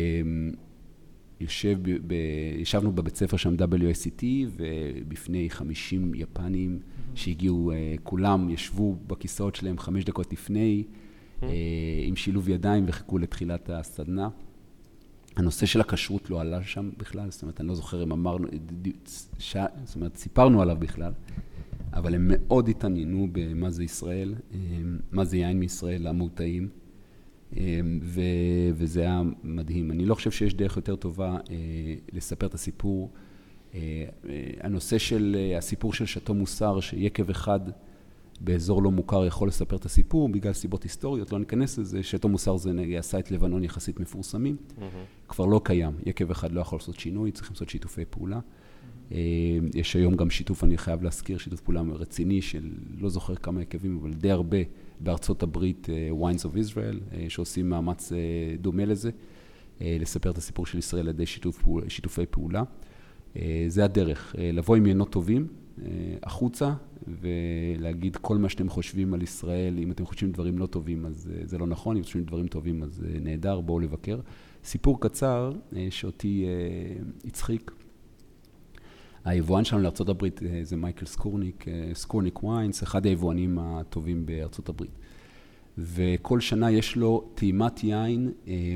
S3: יושב ב, ישבנו בבית ספר שם דאבליו אס סי טי, ובפני חמישים יפנים שהגיעו, כולם ישבו בכיסאות שלהם חמש דקות לפני, עם שילוב ידיים וחיכו לתחילת הסדנה. הנושא של הכשרות לא עלה שם בכלל, זאת אומרת, אני לא זוכר אם אמרנו, זאת אומרת, סיפרנו עליו בכלל, אבל הם מאוד התעניינו במה זה ישראל, מה זה יין מישראל, המותאים. ו- וזה היה מדהים. אני לא חושב שיש דרך יותר טובה לספר את הסיפור. הנושא של הסיפור של שטו מוסר, שיקב אחד באזור לא מוכר יכול לספר את הסיפור, בגלל סיבות היסטוריות, לא ניכנס לזה. שטו מוסר זה הסייט לבנון יחסית מפורסמים, mm-hmm. כבר לא קיים. יקב אחד לא יכול לעשות שינוי, צריכים לעשות שיתופי פעולה. Mm-hmm. יש היום גם שיתוף, אני חייב להזכיר, שיתוף פעולה רציני של לא זוכר כמה יקבים, אבל די הרבה בארצות הברית, Wines of Israel, שעושים מאמץ דומה לזה, לספר את הסיפור של ישראל על ידי שיתוף, שיתופי פעולה. זה הדרך, לבוא עם ינות טובים, החוצה, ולהגיד כל מה שאתם חושבים על ישראל, אם אתם חושבים דברים לא טובים, אז זה לא נכון, אם אתם חושבים דברים טובים, אז נהדר, בואו לבקר. סיפור קצר שאותי הצחיק, היבואן שלנו לארצות הברית זה מייקל סקורניק, סקורניק ויינס, אחד היבואנים הטובים בארצות הברית. וכל שנה יש לו טעימת יין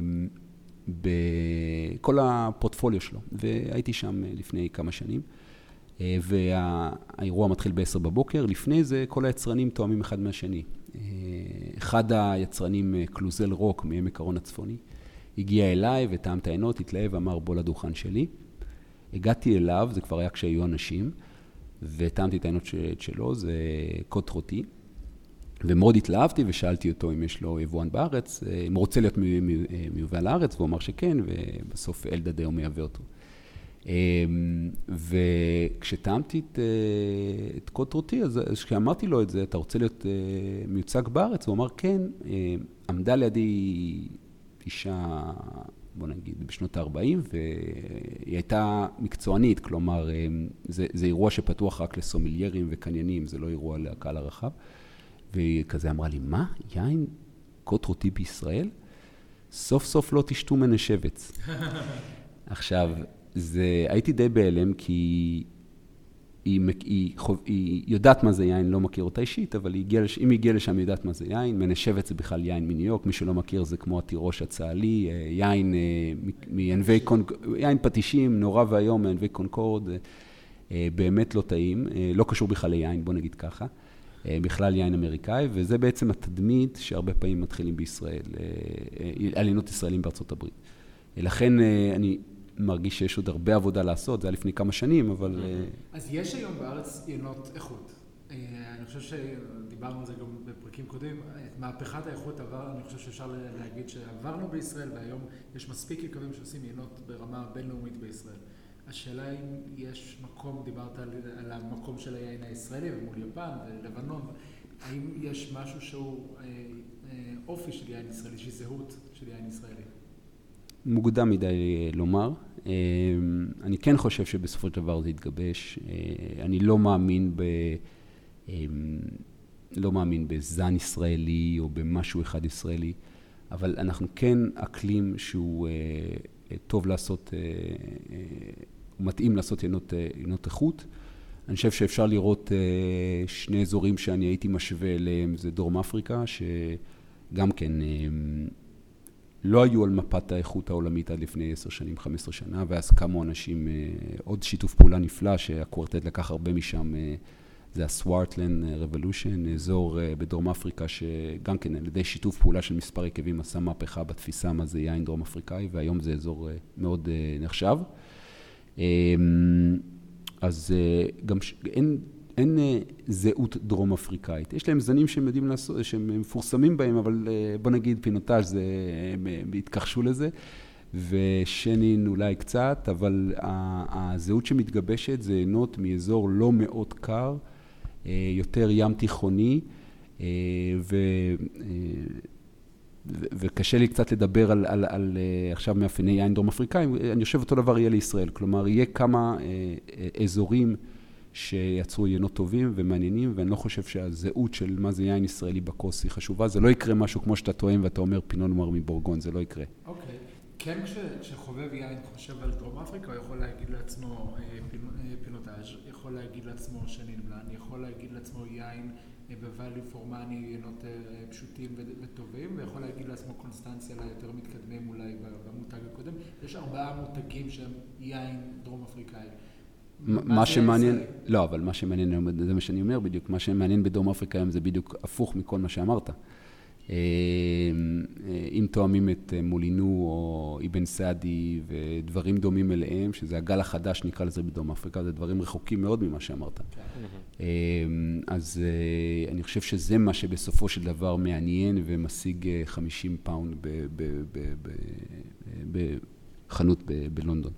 S3: בכל הפורטפוליו שלו. והייתי שם לפני כמה שנים, והאירוע מתחיל ב-עשר בבוקר. לפני זה כל היצרנים תואמים אחד מהשני. אחד היצרנים, קלוזל רוק, מעמק הרון הצפוני, הגיע אליי וטעם את העינות, התלהב ואמר בוא לדוכן שלי. הגעתי אליו, זה כבר היה כשהיו אנשים, וטעמתי את העינות שלו, זה קוד רוטי, ומאוד התלהבתי ושאלתי אותו אם יש לו יבואן בארץ, אם הוא רוצה להיות מיובא לארץ, והוא אמר שכן, ובסוף אלדד היום מייבא אותו. וכשטעמתי את, את קוד רוטי, אז כשאמרתי לו את זה, אתה רוצה להיות מיוצג בארץ? הוא אמר כן, עמדה לידי אישה, בוא נגיד, בשנות ה-ארבעים, והיא הייתה מקצוענית, כלומר, זה, זה אירוע שפתוח רק לסומיליירים וקניינים, זה לא אירוע לקהל הרחב. והיא כזה אמרה לי, מה? יין קוד רוטי בישראל? סוף סוף לא תשתו מנשבץ. עכשיו, זה, הייתי די בהלם, כי היא, היא, היא יודעת מה זה יין, לא מכיר אותה אישית, אבל היא הגיעה, אם היא הגיעה לשם, היא יודעת מה זה יין. מנשבת זה בכלל יין מניו יורק, מי שלא מכיר זה כמו התירוש הצהלי, יין מענבי קונקורד, יין פטישים, נורא והיום, מענבי קונקורד, באמת לא טעים, לא קשור בכלל ליין, בוא נגיד ככה, בכלל יין אמריקאי, וזה בעצם התדמית שהרבה פעמים מתחילים בישראל, על יינות ישראלים בארצות הברית. לכן אני מרגיש שיש עוד הרבה עבודה לעשות, זה היה לפני כמה שנים, אבל...
S2: אז יש היום בארץ יינות איכות. אני חושב שדיברנו על זה גם בפרקים קודמים, את מהפכת האיכות עבר, אני חושב שאפשר להגיד שעברנו בישראל, והיום יש מספיק יקבים שעושים יינות ברמה בינלאומית בישראל. השאלה אם יש מקום, דיברת על, על המקום של היין הישראלי ומול יפן ולבנון, האם יש משהו שהוא אה, אה, אופי של יין ישראלי, שהיא זהות של יין ישראלי?
S3: מוקדם מדי לומר. אני כן חושב שבסופו של דבר זה יתגבש. אני לא מאמין ב... לא מאמין בזן ישראלי או במשהו אחד ישראלי, אבל אנחנו כן אקלים שהוא טוב לעשות, הוא מתאים לעשות יינות, יינות איכות. אני חושב שאפשר לראות שני אזורים שאני הייתי משווה אליהם, זה דרום אפריקה, שגם כן לא היו על מפת האיכות העולמית עד לפני עשר שנים, חמש עשרה שנה, ואז קמו אנשים, עוד שיתוף פעולה נפלא, שהקוורטט לקח הרבה משם, זה הסווארטלנד רבולושן, אזור בדרום אפריקה, שגם כן על ידי שיתוף פעולה של מספר יקבים, עשה מהפכה בתפיסה מה זה יין דרום אפריקאי, והיום זה אזור מאוד נחשב. אז גם אין... אין זהות דרום אפריקאית. יש להם זנים שהם יודעים לעשות, שהם מפורסמים בהם, אבל בוא נגיד פינוטאז' זה, הם התכחשו לזה, ושנין אולי קצת, אבל הזהות שמתגבשת זה יינות מאזור לא מאוד קר, יותר ים תיכוני, ו... וקשה לי קצת לדבר על, על, על עכשיו מאפייני יין דרום אפריקאים, אני חושב אותו דבר יהיה לישראל, כלומר יהיה כמה אזורים שיצרו יינות טובים ומעניינים, ואני לא חושב שהזהות של מה זה יין ישראלי בכוס היא חשובה, זה לא יקרה משהו כמו שאתה טועם ואתה אומר פינון נואר מבורגון, זה לא יקרה.
S2: אוקיי, כן כשחובב יין חושב על דרום אפריקה, הוא יכול להגיד לעצמו פינוטאז', יכול להגיד לעצמו שנין בלאן, יכול להגיד לעצמו יין ב-value for money, יינות פשוטים וטובים, ויכול להגיד לעצמו קונסטנציה ליותר מתקדמים אולי במותג הקודם. יש ארבעה מותגים שהם יין דרום אפריקאי.
S3: מה שמעניין, לא, אבל מה שמעניין, זה מה שאני אומר בדיוק, מה שמעניין בדרום אפריקה היום זה בדיוק הפוך מכל מה שאמרת. אם תואמים את מולינו או אבן סעדי ודברים דומים אליהם, שזה הגל החדש נקרא לזה בדרום אפריקה, זה דברים רחוקים מאוד ממה שאמרת. אז אני חושב שזה מה שבסופו של דבר מעניין ומשיג חמישים פאונד בחנות בלונדון.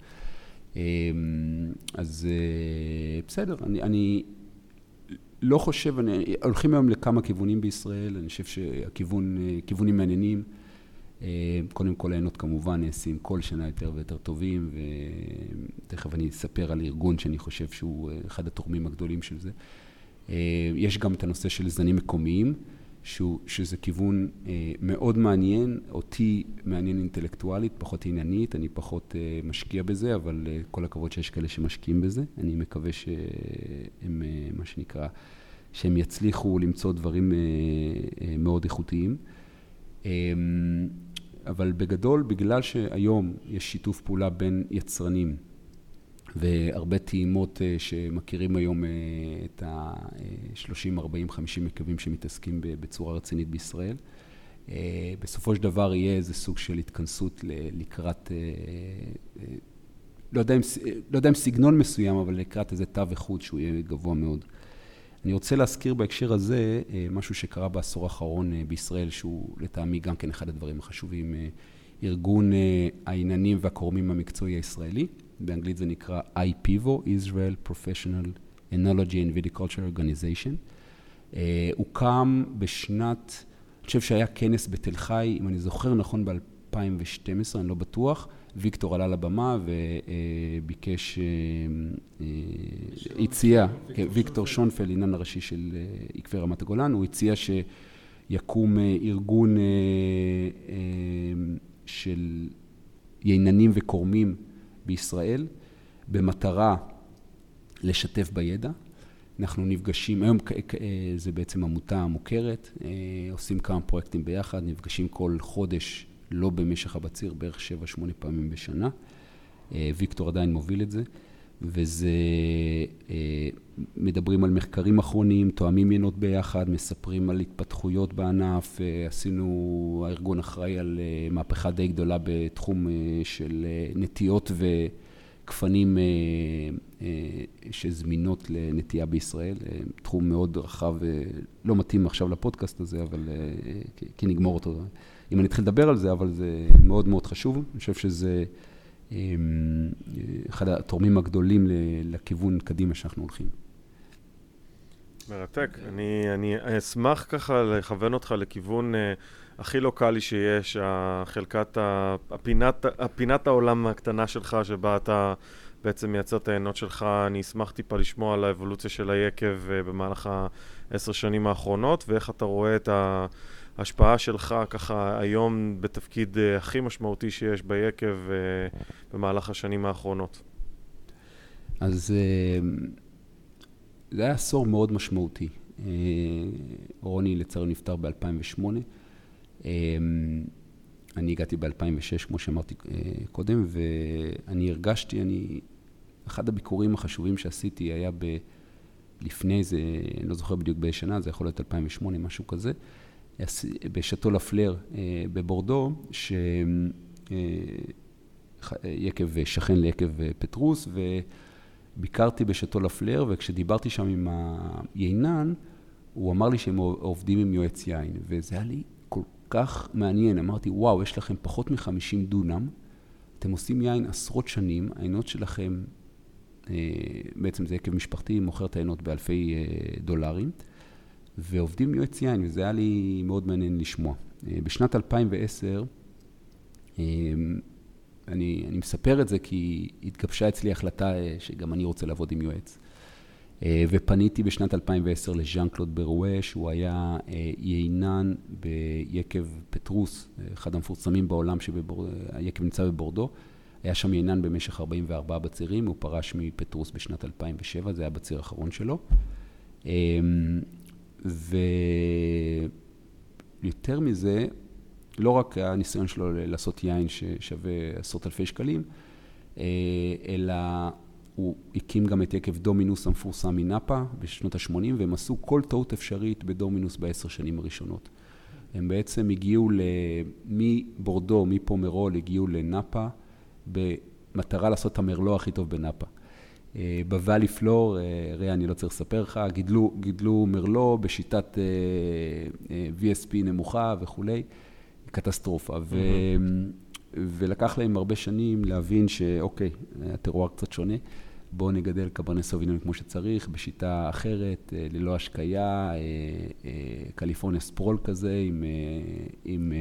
S3: אז בסדר, אני, אני לא חושב, אני, הולכים היום לכמה כיוונים בישראל, אני חושב שהכיוון, כיוונים מעניינים, קודם כל העינות כמובן נעשים כל שנה יותר ויותר טובים, ותכף אני אספר על ארגון שאני חושב שהוא אחד התורמים הגדולים של זה. יש גם את הנושא של זנים מקומיים, שהוא, שזה כיוון אה, מאוד מעניין, אותי מעניין אינטלקטואלית, פחות עניינית, אני פחות אה, משקיע בזה, אבל אה, כל הכבוד שיש כאלה שמשקיעים בזה. אני מקווה שהם, אה, מה שנקרא, שהם יצליחו למצוא דברים אה, אה, מאוד איכותיים. אה, אבל בגדול, בגלל שהיום יש שיתוף פעולה בין יצרנים, והרבה טעימות שמכירים היום את ה-שלושים, ארבעים, חמישים יקבים שמתעסקים בצורה רצינית בישראל. בסופו של דבר יהיה איזה סוג של התכנסות לקראת, לא יודע אם, לא יודע אם סגנון מסוים, אבל לקראת איזה תו איכות שהוא יהיה גבוה מאוד. אני רוצה להזכיר בהקשר הזה משהו שקרה בעשור האחרון בישראל, שהוא לטעמי גם כן אחד הדברים החשובים, ארגון העיננים והקורמים המקצועי הישראלי. באנגלית זה נקרא איי פי וי או, Israel Professional Enology and Viticulture Organization. Uh, הוא קם בשנת, אני חושב שהיה כנס בתל חי, אם אני זוכר נכון ב-אלפיים ושתים עשרה, אני לא בטוח, ויקטור עלה לבמה וביקש, uh, uh, הציע, ויקטור שונפל, עינן הראשי של uh, יקבי רמת הגולן, הוא הציע שיקום uh, ארגון uh, uh, של ייננים וקורמים, בישראל, במטרה לשתף בידע. אנחנו נפגשים, היום זה בעצם עמותה מוכרת, עושים כמה פרויקטים ביחד, נפגשים כל חודש, לא במשך הבציר, בערך שבע, שמונה פעמים בשנה. ויקטור עדיין מוביל את זה, וזה, מדברים על מחקרים אחרונים, תואמים ינות ביחד, מספרים על התפתחויות בענף, עשינו, הארגון אחראי על מהפכה די גדולה בתחום של נטיות וכפנים שזמינות לנטייה בישראל, תחום מאוד רחב, לא מתאים עכשיו לפודקאסט הזה, אבל כי נגמור אותו, אם אני אתחיל לדבר על זה, אבל זה מאוד מאוד חשוב, אני חושב שזה אחד התורמים הגדולים לכיוון קדימה שאנחנו הולכים.
S1: מרתק. אני, אני אשמח ככה לכוון אותך לכיוון הכי לוקלי שיש, חלקת הפינת, הפינת העולם הקטנה שלך, שבה אתה בעצם מייצר את העינות שלך. אני אשמח טיפה לשמוע על האבולוציה של היקב במהלך העשר שנים האחרונות, ואיך אתה רואה את ההשפעה שלך ככה היום בתפקיד הכי משמעותי שיש ביקב במהלך השנים האחרונות.
S3: אז זה היה עשור מאוד משמעותי. רוני לצערי נפטר ב-אלפיים ושמונה. אני הגעתי ב-אלפיים ושש, כמו שאמרתי קודם, ואני הרגשתי, אני, אחד הביקורים החשובים שעשיתי היה ב, לפני זה, אני לא זוכר בדיוק באיזה שנה, זה יכול להיות אלפיים ושמונה, משהו כזה, בשאטו לפלר בבורדו, שיקב שכן ליקב פטרוס, וביקרתי בשאטו לפלר, וכשדיברתי שם עם היינן, הוא אמר לי שהם עובדים עם יועץ יין, וזה היה לי כל כך מעניין. אמרתי, וואו, יש לכם פחות מ-חמישים דונם, אתם עושים יין עשרות שנים, העינות שלכם, בעצם זה יקב משפחתי, מוכר את העינות באלפי דולרים, ועובדים עם יועץ יין, וזה היה לי מאוד מעניין לשמוע. בשנת אלפיים ועשר, אני, אני מספר את זה כי התגבשה אצלי החלטה שגם אני רוצה לעבוד עם יועץ. ופניתי בשנת אלפיים ועשר לז'אן קלוד ברווה, שהוא היה יינן ביקב פטרוס, אחד המפורסמים בעולם שהיקב נמצא בבורדו. היה שם יינן במשך ארבעים וארבעה בצירים, הוא פרש מפטרוס בשנת אלפיים ושבע, זה היה בציר האחרון שלו. ויותר מזה, לא רק הניסיון שלו לעשות יין ששווה עשרות אלפי שקלים, אלא הוא הקים גם את יקב דומינוס המפורסם מנאפה בשנות ה-שמונים, והם עשו כל טעות אפשרית בדומינוס בעשר שנים הראשונות. הם בעצם הגיעו מבורדו, מפומרול, הגיעו לנאפה, במטרה לעשות את המרלו הכי טוב בנאפה. בוואלי פלור, ראה, אני לא צריך לספר לך, גידלו, גידלו מרלו בשיטת וי אס פי נמוכה וכולי, קטסטרופה. ו... ולקח להם הרבה שנים להבין שאוקיי, הטרואר קצת שונה, בואו נגדל קברני סוביניון כמו שצריך, בשיטה אחרת, ללא השקיה, קליפורניה ספרול כזה, עם, עם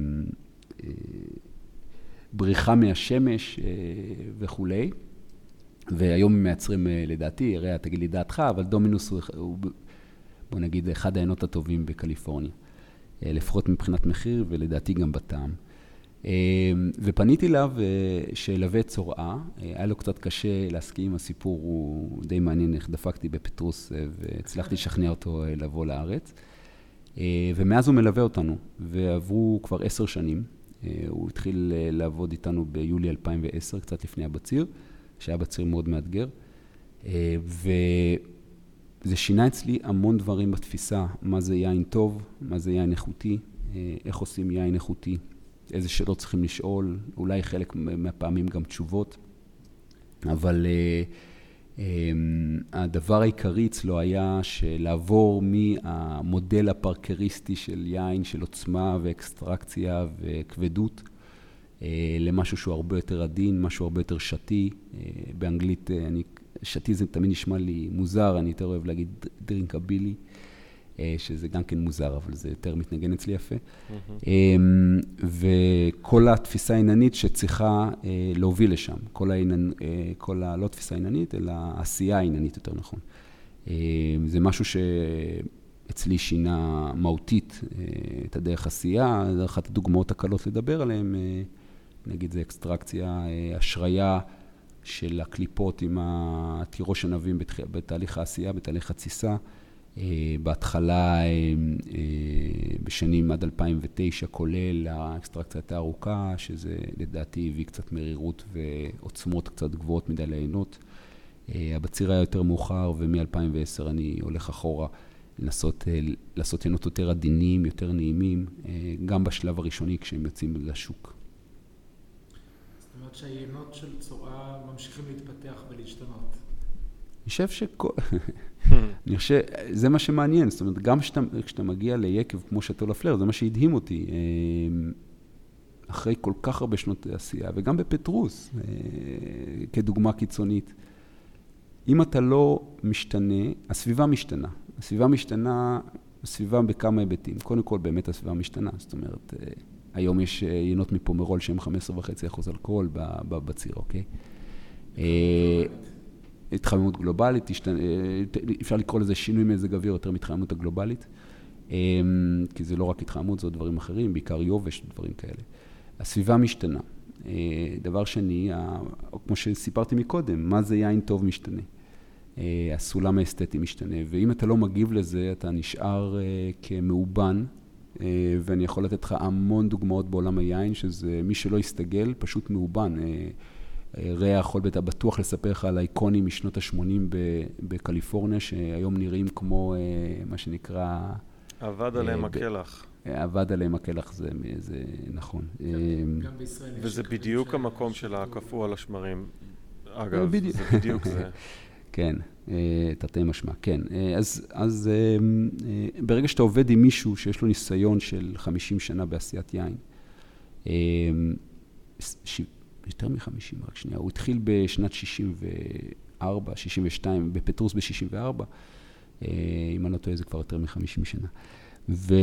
S3: בריחה מהשמש וכולי. והיום הם מייצרים לדעתי, ראה, תגיד לי דעתך, אבל דומינוס הוא, הוא בוא נגיד, אחד העינות הטובים בקליפורניה. לפחות מבחינת מחיר ולדעתי גם בטעם. ופניתי אליו שלווה את צורעה, היה לו קצת קשה להסכים, הסיפור הוא די מעניין, איך דפקתי בפטרוס והצלחתי לשכנע אותו לבוא לארץ. ומאז הוא מלווה אותנו, ועברו כבר עשר שנים, הוא התחיל לעבוד איתנו ביולי אלפיים ועשר, קצת לפני הבציר, שהיה בציר מאוד מאתגר, וזה שינה אצלי המון דברים בתפיסה, מה זה יין טוב, מה זה יין איכותי, איך עושים יין איכותי, איזה שאלות צריכים לשאול, אולי חלק מהפעמים גם תשובות, אבל uh, um, הדבר העיקרי אצלו היה שלעבור מהמודל הפרקריסטי של יין, של עוצמה ואקסטרקציה וכבדות, uh, למשהו שהוא הרבה יותר עדין, משהו הרבה יותר שתי. Uh, באנגלית, uh, אני, שתי זה תמיד נשמע לי מוזר, אני יותר אוהב להגיד דרינקבילי. שזה גם כן מוזר, אבל זה יותר מתנגן אצלי יפה. Mm-hmm. וכל התפיסה העיננית שצריכה להוביל לשם, כל, העיננ... כל ה... לא תפיסה עיננית, אלא העשייה העיננית יותר נכון. זה משהו שאצלי שינה מהותית את הדרך עשייה, זה אחת הדוגמאות הקלות לדבר עליהן, נגיד זה אקסטרקציה, השריה, של הקליפות עם התירוש ענבים בתהליך העשייה, בתהליך התסיסה. בהתחלה, בשנים עד אלפיים ותשע, כולל האקסטרקציית הארוכה, שזה לדעתי הביא קצת מרירות ועוצמות קצת גבוהות מדי לעינות. הבציר היה יותר מאוחר, ומ-אלפיים ועשר אני הולך אחורה לנסות לעשות עינות יותר עדינים, יותר נעימים, גם בשלב הראשוני כשהם יוצאים לשוק.
S2: זאת אומרת שהיינות של צורה ממשיכים להתפתח ולהשתנות.
S3: אני חושב שכל... אני חושב, זה מה שמעניין, זאת אומרת, גם כשאתה, כשאתה מגיע ליקב כמו שאטול הפלר, זה מה שהדהים אותי, אחרי כל כך הרבה שנות עשייה, וגם בפטרוס, כדוגמה קיצונית. אם אתה לא משתנה, הסביבה משתנה. הסביבה משתנה, הסביבה בכמה היבטים. קודם כל, באמת הסביבה משתנה. זאת אומרת, היום יש יינות מפומרול שהם חמישה עשר וחצי אחוז אלכוהול בציר, אוקיי? התחממות גלובלית, אפשר לקרוא לזה שינוי מזג אוויר יותר מתחממות הגלובלית, כי זה לא רק התחממות, זה עוד דברים אחרים, בעיקר יובש, דברים כאלה. הסביבה משתנה. דבר שני, כמו שסיפרתי מקודם, מה זה יין טוב משתנה? הסולם האסתטי משתנה, ואם אתה לא מגיב לזה, אתה נשאר כמאובן, ואני יכול לתת לך המון דוגמאות בעולם היין, שזה מי שלא יסתגל, פשוט מאובן. רע יכול בטח בטוח לספר לך על האיקונים משנות ה-שמונים בקליפורניה, שהיום נראים כמו מה שנקרא...
S1: עבד עליהם הקלח.
S3: עבד עליהם הקלח, זה, זה נכון.
S2: גם בישראל יש...
S1: וזה בדיוק המקום של הקפוא על השמרים. אגב, זה בדיוק זה.
S3: כן, תרתי משמע, כן. אז, אז ברגע שאתה עובד עם מישהו שיש לו ניסיון של חמישים שנה בעשיית יין, יותר מ-חמישים, רק שנייה, הוא התחיל בשנת שישים וארבע, שישים ושתיים, בפטרוס ב-שישים וארבע, אם אני לא טועה, זה כבר יותר מ-חמישים שנה. ו...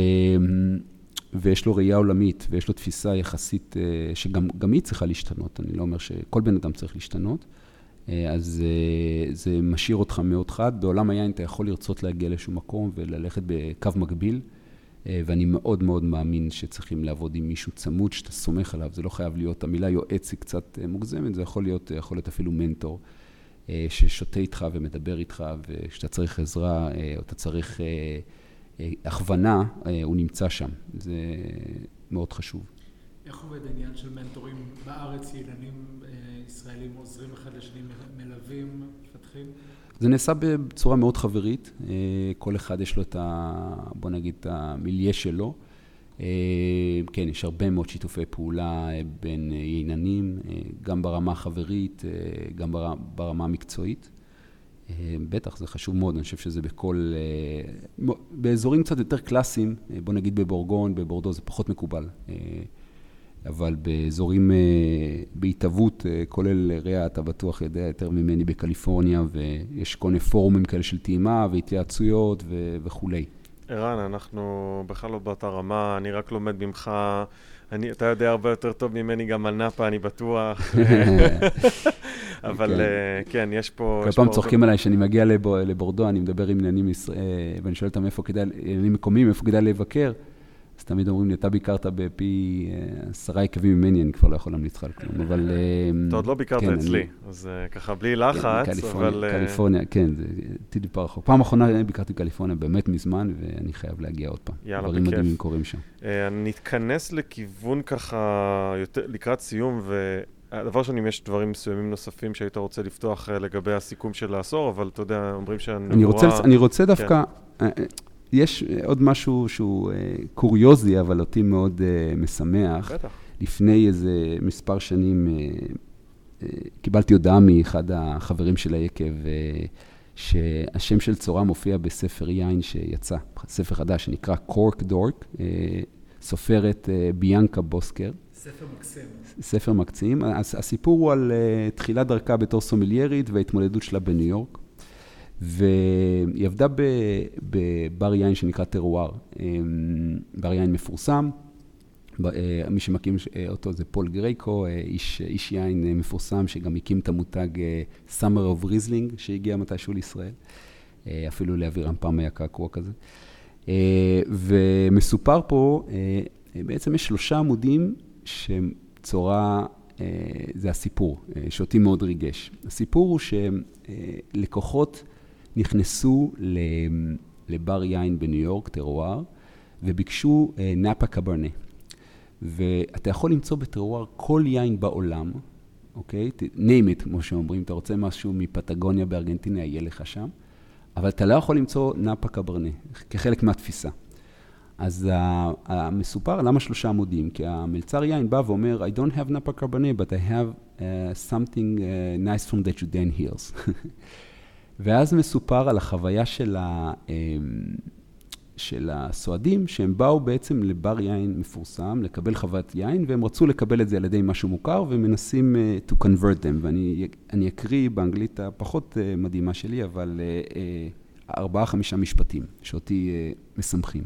S3: ויש לו ראייה עולמית, ויש לו תפיסה יחסית, שגם גם היא צריכה להשתנות, אני לא אומר שכל בן אדם צריך להשתנות, אז זה משאיר אותך מאוד חד. בעולם היין אתה יכול לרצות להגיע לשום מקום וללכת בקו מקביל, ואני מאוד מאוד מאמין שצריכים לעבוד עם מישהו צמוד, שאתה סומך עליו. זה לא חייב להיות, המילה יועץ היא קצת מוגזמת, זה יכול להיות, יכול להיות אפילו מנטור, ששותה איתך ומדבר איתך, וכשאתה צריך עזרה, או אתה צריך הכוונה, הוא נמצא שם. זה מאוד חשוב.
S2: איך עובד העניין של מנטורים בארץ? ילדים ישראלים עוזרים אחד לשני, מלווים, מפתחים?
S3: זה נעשה בצורה מאוד חברית, כל אחד יש לו את ה... בוא נגיד, את המיליה שלו. כן, יש הרבה מאוד שיתופי פעולה בין ייננים, גם ברמה החברית, גם ברמה המקצועית. בטח, זה חשוב מאוד, אני חושב שזה בכל... באזורים קצת יותר קלאסיים, בוא נגיד בבורגון, בבורדו, זה פחות מקובל. אבל באזורים, בהתאבות, כולל רע, אתה בטוח יודע יותר ממני בקליפורניה, ויש כל מיני פורומים כאלה של טעימה והתייעצויות וכו'.
S1: ערן, אנחנו בכלל לא באותה רמה, אני רק לומד ממך, אני, אתה יודע הרבה יותר טוב ממני גם על נאפה, אני בטוח. אבל כן, יש פה...
S3: כל פעם צוחקים עליי שאני מגיע לבורדו, אני מדבר עם עניינים ישראל, ואני שואל אותם איפה כדאי, עניינים מקומיים, איפה כדאי לבקר. אז תמיד אומרים לי, אתה ביקרת בפי עשרה יקבים ממני, אני כבר לא יכול להמליץ לך על כלום, אבל...
S1: אתה עוד לא ביקרת אצלי, אז ככה בלי לחץ, אבל...
S3: קליפורניה, כן, זה טיפה רחוק. פעם אחרונה ביקרתי בקליפורניה באמת מזמן, ואני חייב להגיע עוד פעם.
S1: יאללה,
S3: בכיף. דברים מדהימים קורים שם.
S1: נתכנס לכיוון ככה, לקראת סיום, והדבר שאני, יש דברים מסוימים נוספים שהיית רוצה לפתוח לגבי הסיכום של העשור, אבל אתה יודע, אומרים שהנבואה...
S3: אני רוצה דווקא... יש עוד משהו שהוא קוריוזי, אבל אותי מאוד משמח.
S1: בטח.
S3: לפני איזה מספר שנים קיבלתי הודעה מאחד החברים של היקב, שהשם של צורה מופיע בספר יין שיצא, ספר חדש שנקרא קורק דורק, סופרת ביאנקה בוסקר.
S2: ספר מקסים. ספר
S3: מקסים. הסיפור הוא על תחילת דרכה בתור סומליירית וההתמודדות שלה בניו יורק. והיא עבדה בבר יין שנקרא טרואר, בר יין מפורסם, מי שמקים אותו זה פול גרייקו, איש, איש יין מפורסם שגם הקים את המותג Summer of Riesling שהגיע מתישהו לישראל, אפילו לאווירם פעם היה קעקוע כזה. ומסופר פה, בעצם יש שלושה עמודים שצורה זה הסיפור, שאותי מאוד ריגש. הסיפור הוא שלקוחות נכנסו לבר יין בניו יורק, טרואר, וביקשו נאפה קברנה. ואתה יכול למצוא בטרואר כל יין בעולם, אוקיי? name it, כמו שאומרים, אתה רוצה משהו מפטגוניה בארגנטינה, יהיה לך שם, אבל אתה לא יכול למצוא נאפה קברנה, כחלק מהתפיסה. אז המסופר, למה שלושה עמודים? כי המלצר יין בא ואומר, I don't have Napa Cabernet, but I have uh, something uh, nice from the Judean Hills. ואז מסופר על החוויה של, ה, של הסועדים, שהם באו בעצם לבר יין מפורסם, לקבל חוות יין, והם רצו לקבל את זה על ידי משהו מוכר, ומנסים uh, to convert them. ואני אני אקריא באנגלית הפחות uh, מדהימה שלי, אבל uh, uh, ארבעה, חמישה משפטים, שאותי uh, משמחים.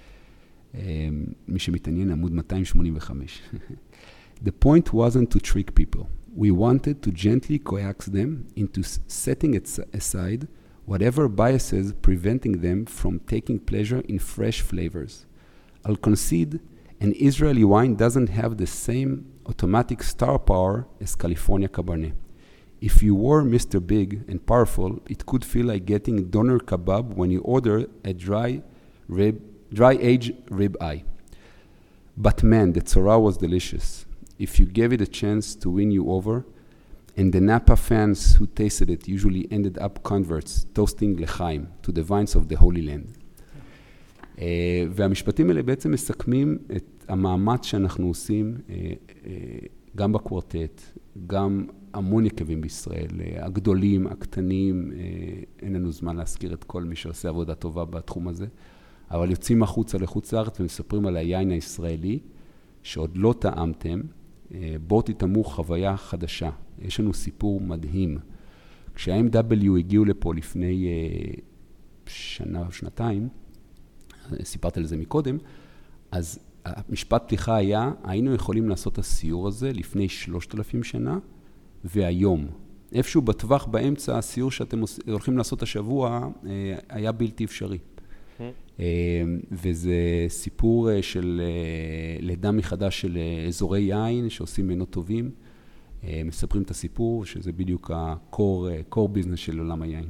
S3: מי שמתעניין, עמוד מאתיים שמונים וחמש. The point wasn't to trick people. We wanted to gently coax them into setting aside whatever biases preventing them from taking pleasure in fresh flavors. I'll concede an Israeli wine doesn't have the same automatic star power as California Cabernet. If you were Mister Big and powerful, it could feel like getting doner kebab when you order a dry rib dry-aged rib-eye. But man, the tzora was delicious. If you gave it a chance to win you over, and the Napa fans who tasted it usually ended up converts, toasting l'chaim, to the vines of the Holy Land. Uh, והמשפטים האלה בעצם מסכמים את המאמץ שאנחנו עושים, uh, uh, גם בקוורטט, גם המון יקבים בישראל, uh, הגדולים, הקטנים, uh, אין לנו זמן להזכיר את כל מי שעושה עבודה טובה בתחום הזה, אבל יוצאים החוצה לחוץ לארץ ומספרים על היין הישראלי, שעוד לא טעמתם, בואו תטעמו חוויה חדשה. יש לנו סיפור מדהים. כשה-אם דאבליו הגיעו לפה לפני שנה או שנתיים, סיפרתי על זה מקודם, אז המשפט פתיחה היה, היינו יכולים לעשות את הסיור הזה לפני שלושת אלפים שנה, והיום. איפשהו בטווח באמצע, הסיור שאתם הולכים לעשות השבוע, היה בלתי אפשרי. וזה סיפור של לידה מחדש של אזורי יין שעושים ממנו טובים, מספרים את הסיפור שזה בדיוק הקור, קור ביזנס של עולם היין.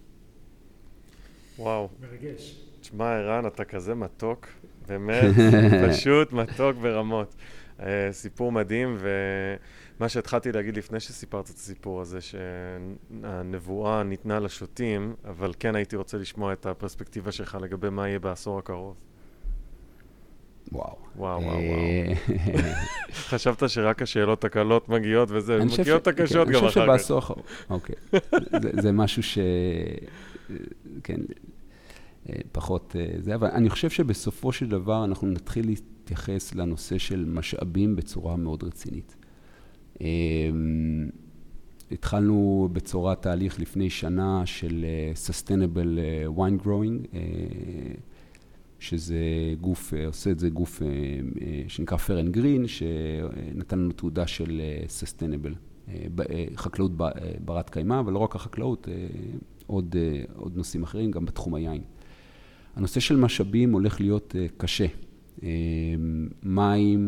S2: וואו. מרגש.
S1: תשמע, ערן, אתה כזה מתוק, באמת, פשוט מתוק ברמות. סיפור מדהים, ומה שהתחלתי להגיד לפני שסיפרת את הסיפור הזה, שהנבואה ניתנה לשוטים, אבל כן הייתי רוצה לשמוע את הפרספקטיבה שלך לגבי מה יהיה בעשור הקרוב.
S3: וואו.
S1: וואו, וואו, וואו. חשבת שרק השאלות הקלות מגיעות וזה, מגיעות הקשות גם אחר כך.
S3: אני חושב שבעשור הקרוב, אוקיי. זה משהו ש... כן, פחות זה, אבל אני חושב שבסופו של דבר אנחנו נתחיל להתייחס לנושא של משאבים בצורה מאוד רצינית. התחלנו בצורת תהליך לפני שנה של Sustainable Wine Growing, שזה גוף, עושה את זה גוף שנקרא Fair and Green, שנתן לנו תעודה של Sustainable, חקלאות ברת קיימא, אבל לא רק החקלאות, עוד, עוד נושאים אחרים, גם בתחום היין. הנושא של משאבים הולך להיות קשה. מים,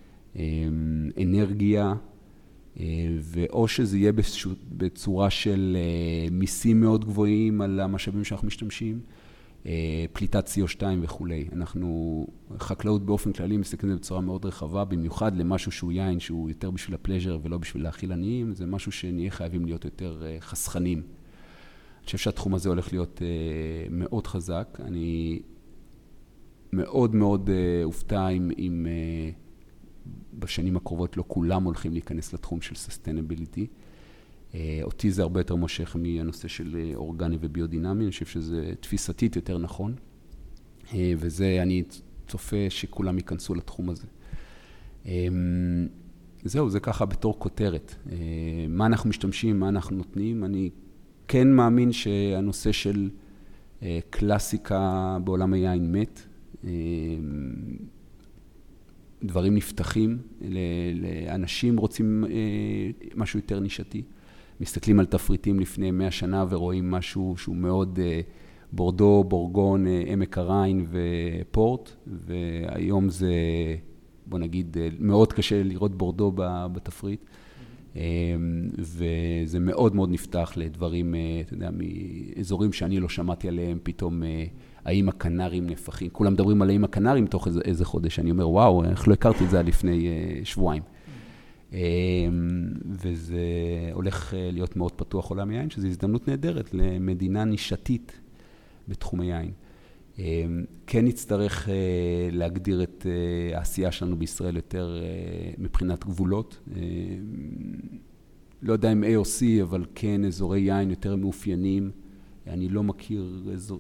S3: אנרגיה, ואו שזה יהיה בצורה של מיסים מאוד גבוהים על המשאבים שאנחנו משתמשים, פליטת סי או שתיים וכו'. אנחנו, חקלאות באופן כללי מסתכלים בצורה מאוד רחבה, במיוחד למשהו שהוא יין, שהוא יותר בשביל הפלז'ר ולא בשביל להאכיל עניים, זה משהו שנהיה חייבים להיות יותר חסכנים. אני חושב שהתחום הזה הולך להיות uh, מאוד חזק. אני מאוד מאוד uh, אופתע אם, אם uh, בשנים הקרובות לא כולם הולכים להיכנס לתחום של sustainability. Uh, אותי זה הרבה יותר מושך מהנושא של uh, אורגני וביודינמי. אני חושב שזה תפיסתית יותר נכון. Uh, וזה, אני צופה שכולם ייכנסו לתחום הזה. Um, זהו, זה ככה בתור כותרת. Uh, מה אנחנו משתמשים, מה אנחנו נותנים, אני... כן מאמין שהנושא של אה, קלאסיקה בעולם היין מת, אה, דברים נפתחים, לאנשים רוצים אה, משהו יותר נישתי, מסתכלים על תפריטים לפני מאה שנה ורואים משהו שהוא מאוד אה, בורדו, בורגון, אה, עמק הריין ופורט, והיום זה בוא נגיד, מאוד קשה לראות בורדו בתפריט. וזה מאוד מאוד נפתח לדברים, אתה יודע, מאזורים שאני לא שמעתי עליהם, פתאום האם הקנרים נפחים, כולם מדברים על האם הקנרים תוך איזה, איזה חודש, אני אומר, וואו, איך לא הכרתי את זה עד לפני שבועיים. וזה הולך להיות מאוד פתוח עולם יין, שזו הזדמנות נהדרת למדינה נישתית בתחום היין. כן נצטרך להגדיר את העשייה שלנו בישראל יותר מבחינת גבולות. לא יודע אם A או C, אבל כן אזורי יין יותר מאופיינים. אני לא מכיר אזור,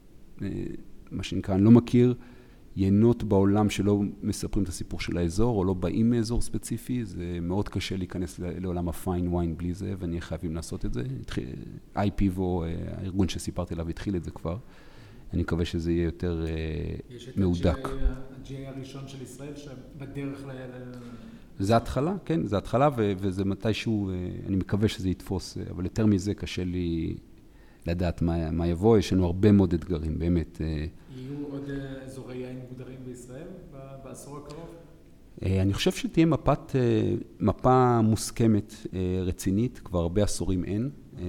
S3: מה שנקרא, אני לא מכיר יינות בעולם שלא מספרים את הסיפור של האזור, או לא באים מאזור ספציפי. זה מאוד קשה להיכנס לעולם הפיין וויין בלי זה, ואני חייבים לעשות את זה. איי-פיבו, הארגון שסיפרתי עליו, התחיל את זה כבר. אני מקווה שזה יהיה יותר מהודק.
S2: יש את ה-G I הראשון של ישראל שבדרך ל...
S3: זה התחלה, כן, זה התחלה, וזה מתישהו, אני מקווה שזה יתפוס, אבל יותר מזה קשה לי לדעת מה יבוא. יש לנו הרבה מאוד אתגרים, באמת.
S2: יהיו עוד אזורי יין מוגדרים בישראל בעשור הקרוב?
S3: אני חושב שתהיה מפת, מפה מוסכמת רצינית, כבר הרבה עשורים אין.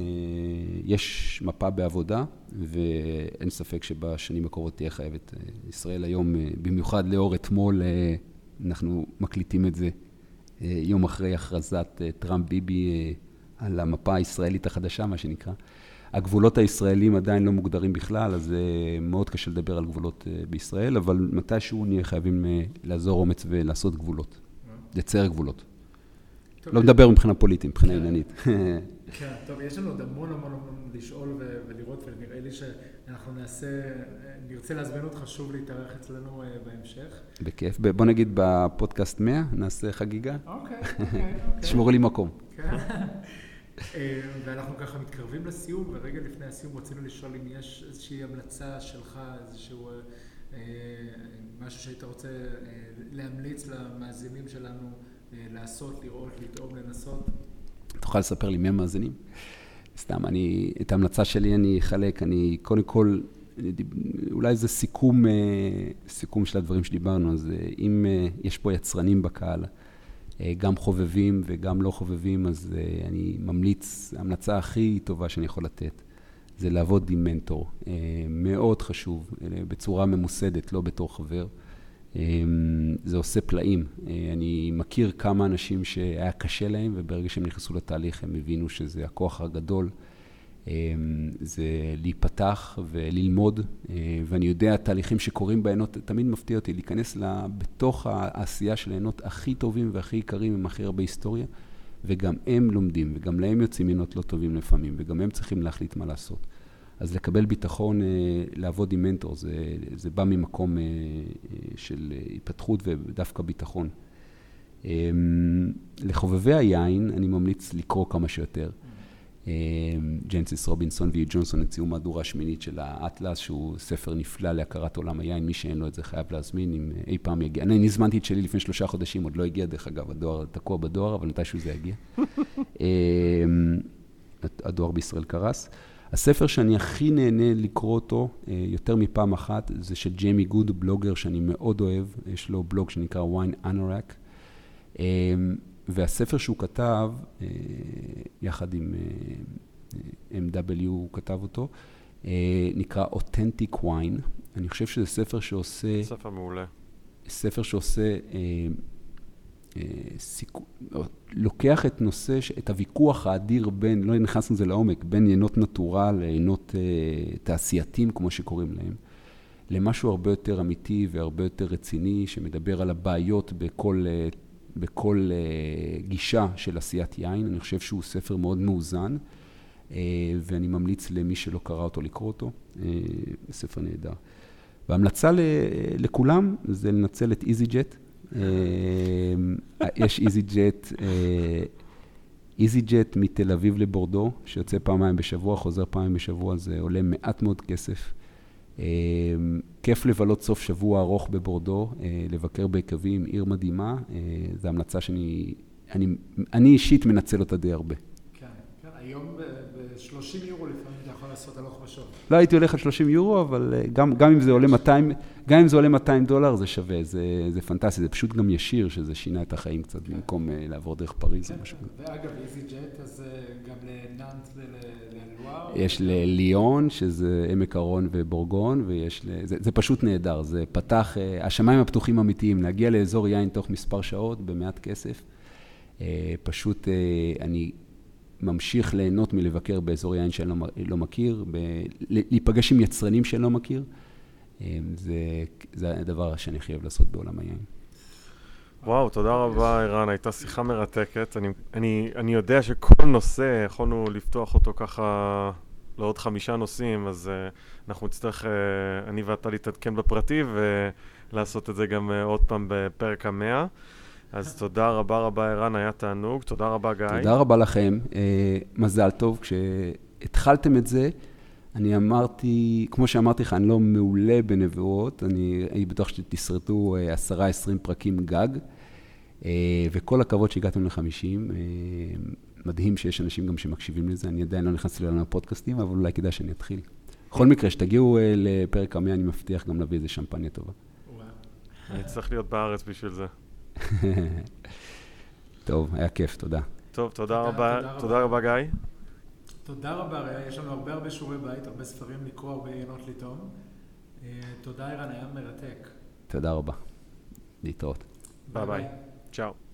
S3: יש מפה בעבודה, ואין ספק שבשנים הקרובות תהיה חייבת. ישראל היום, במיוחד לאור אתמול, אנחנו מקליטים את זה יום אחרי הכרזת טראמפ ביבי על המפה הישראלית החדשה, מה שנקרא. הגבולות הישראלים עדיין לא מוגדרים בכלל, אז מאוד קשה לדבר על גבולות בישראל, אבל מתישהו נהיה חייבים לעזור אומץ ולעשות גבולות, לצייר גבולות. לא מדבר מבחינה פוליטית, מבחינה עניינית.
S2: כן, טוב, יש לנו עוד המון המון המון לשאול ולראות, ונראה לי שאנחנו נעשה, נרצה להזמין אותך שוב להתארח אצלנו בהמשך.
S3: בכיף. בוא נגיד בפודקאסט מאה, נעשה חגיגה.
S2: אוקיי, אוקיי, אוקיי.
S3: תשמורו לי מקום.
S2: כן. ואנחנו ככה מתקרבים לסיום, ורגע לפני הסיום רצינו לשאול אם יש איזושהי המלצה שלך, איזשהו משהו שהיית רוצה להמליץ למאזינים שלנו לעשות, לראות, לטעום, לנסות.
S3: תוכל לספר לי מי המאזינים? סתם, אני, את ההמלצה שלי אני אחלק, אני קודם כל, אולי זה סיכום, סיכום של הדברים שדיברנו, אז אם יש פה יצרנים בקהל, גם חובבים וגם לא חובבים, אז אני ממליץ, ההמלצה הכי טובה שאני יכול לתת, זה לעבוד עם מנטור. מאוד חשוב, בצורה ממוסדת, לא בתור חבר. זה עושה פלאים. אני מכיר כמה אנשים שהיה קשה להם, וברגע שהם נכנסו לתהליך הם הבינו שזה הכוח הגדול. זה להיפתח וללמוד, ואני יודע, התהליכים שקורים בעינות, תמיד מפתיע אותי, להיכנס בתוך העשייה של העינות הכי טובים והכי יקרים, עם הכי הרבה היסטוריה, וגם הם לומדים, וגם להם יוצאים עינות לא טובים לפעמים, וגם הם צריכים להחליט מה לעשות. אז לקבל ביטחון, לעבוד עם מנטור, זה, זה בא ממקום של התפתחות ודווקא ביטחון. לחובבי היין, אני ממליץ לקרוא כמה שיותר. ג'נסיס רובינסון ואי ג'ונסון הציעו מהדורה שמינית של האטלס, שהוא ספר נפלא להכרת עולם היין. מי שאין לו את זה חייב להזמין, אם אי פעם יגיע. אני נזמנתי את שלי לפני שלושה חודשים, עוד לא הגיע דרך אגב, הדואר תקוע בדואר, אבל מתישהו זה יגיע. הדואר בישראל קרס. הספר שאני הכי נהנה לקרוא אותו יותר מפעם אחת, זה של ג'יימי גוד, בלוגר שאני מאוד אוהב. יש לו בלוג שנקרא Wine Anorak. והספר שהוא כתב, יחד עם אם דאבליו הוא כתב אותו, נקרא Authentic Wine. אני חושב שזה ספר שעושה...
S1: ספר מעולה.
S3: ספר שעושה... לוקח את נושא, את הוויכוח האדיר בין, לא נכנסנו לזה לעומק, בין יינות נטורל ליינות תעשייתים, כמו שקוראים להם, למשהו הרבה יותר אמיתי והרבה יותר רציני, שמדבר על הבעיות בכל, בכל גישה של עשיית יין. אני חושב שהוא ספר מאוד מאוזן, ואני ממליץ למי שלא קרא אותו לקרוא אותו. ספר נהדר. וההמלצה לכולם זה לנצל את EasyJet. יש EasyJet, EasyJet מתל אביב לבורדו, שיוצא פעמיים בשבוע, חוזר פעמיים בשבוע, זה עולה מעט מאוד כסף. כיף לבלות סוף שבוע ארוך בבורדו, לבקר ביקבים, עיר מדהימה. זו המלצה שאני, אני, אני אישית מנצל אותה די הרבה.
S2: כן, כן. היום ב-שלושים יורו לפעמים אתה יכול לעשות הלוך ושוב.
S3: לא הייתי הולך על שלושים יורו, אבל גם, גם אם זה עולה מאתיים, גם אם זה עולה מאתיים דולר, זה שווה, זה, זה פנטסטי, זה פשוט גם ישיר, שזה שינה את החיים קצת, במקום לעבור דרך פריז או משהו.
S2: ואגב, איזי ג'ט, אז גם לנאנט וללואר.
S3: יש לליון, שזה עמק הרון ובורגון, ויש, זה, זה פשוט נהדר, זה פתח, השמיים הפתוחים אמיתיים, להגיע לאזור יין תוך מספר שעות, במעט כסף. פשוט אני ממשיך ליהנות מלבקר באזור יין שאני לא, לא מכיר, ב, להיפגש עם יצרנים שאני לא מכיר, זה, זה הדבר שאני חייב לעשות בעולם היין.
S1: וואו, תודה רבה, ערן, הייתה שיחה מרתקת. אני, אני, אני יודע שכל נושא יכולנו לפתוח אותו ככה לעוד חמישה נושאים, אז uh, אנחנו נצטרך, uh, אני ואתה להתעדכן בפרטי ולעשות את זה גם uh, עוד פעם בפרק המאה. אז תודה רבה רבה, ערן, היה תענוג. תודה רבה, גיא.
S3: תודה רבה לכם. Uh, מזל טוב. כשהתחלתם את זה, אני אמרתי, כמו שאמרתי לך, אני לא מעולה בנבואות, אני, אני בטוח שתסרטו עשרה עשרים פרקים גג, וכל הכבוד שהגעתם ל-חמישים, מדהים שיש אנשים גם שמקשיבים לזה, אני עדיין לא נכנסתי לעולם הפודקאסטים, אבל אולי כדאי שאני אתחיל. בכל מקרה, שתגיעו לפרק המאה, אני מבטיח גם להביא איזה שמפניה טובה.
S1: אני צריך להיות בארץ בשביל זה.
S3: טוב, היה כיף, תודה.
S1: טוב, תודה רבה, תודה רבה גיא.
S2: תודה רבה, יש לנו הרבה הרבה שיעורי בית, הרבה ספרים לקרוא, הרבה יינות לטעום. תודה ערן, היה מרתק.
S3: תודה רבה. להתראות.
S1: ביי ביי. צ'או.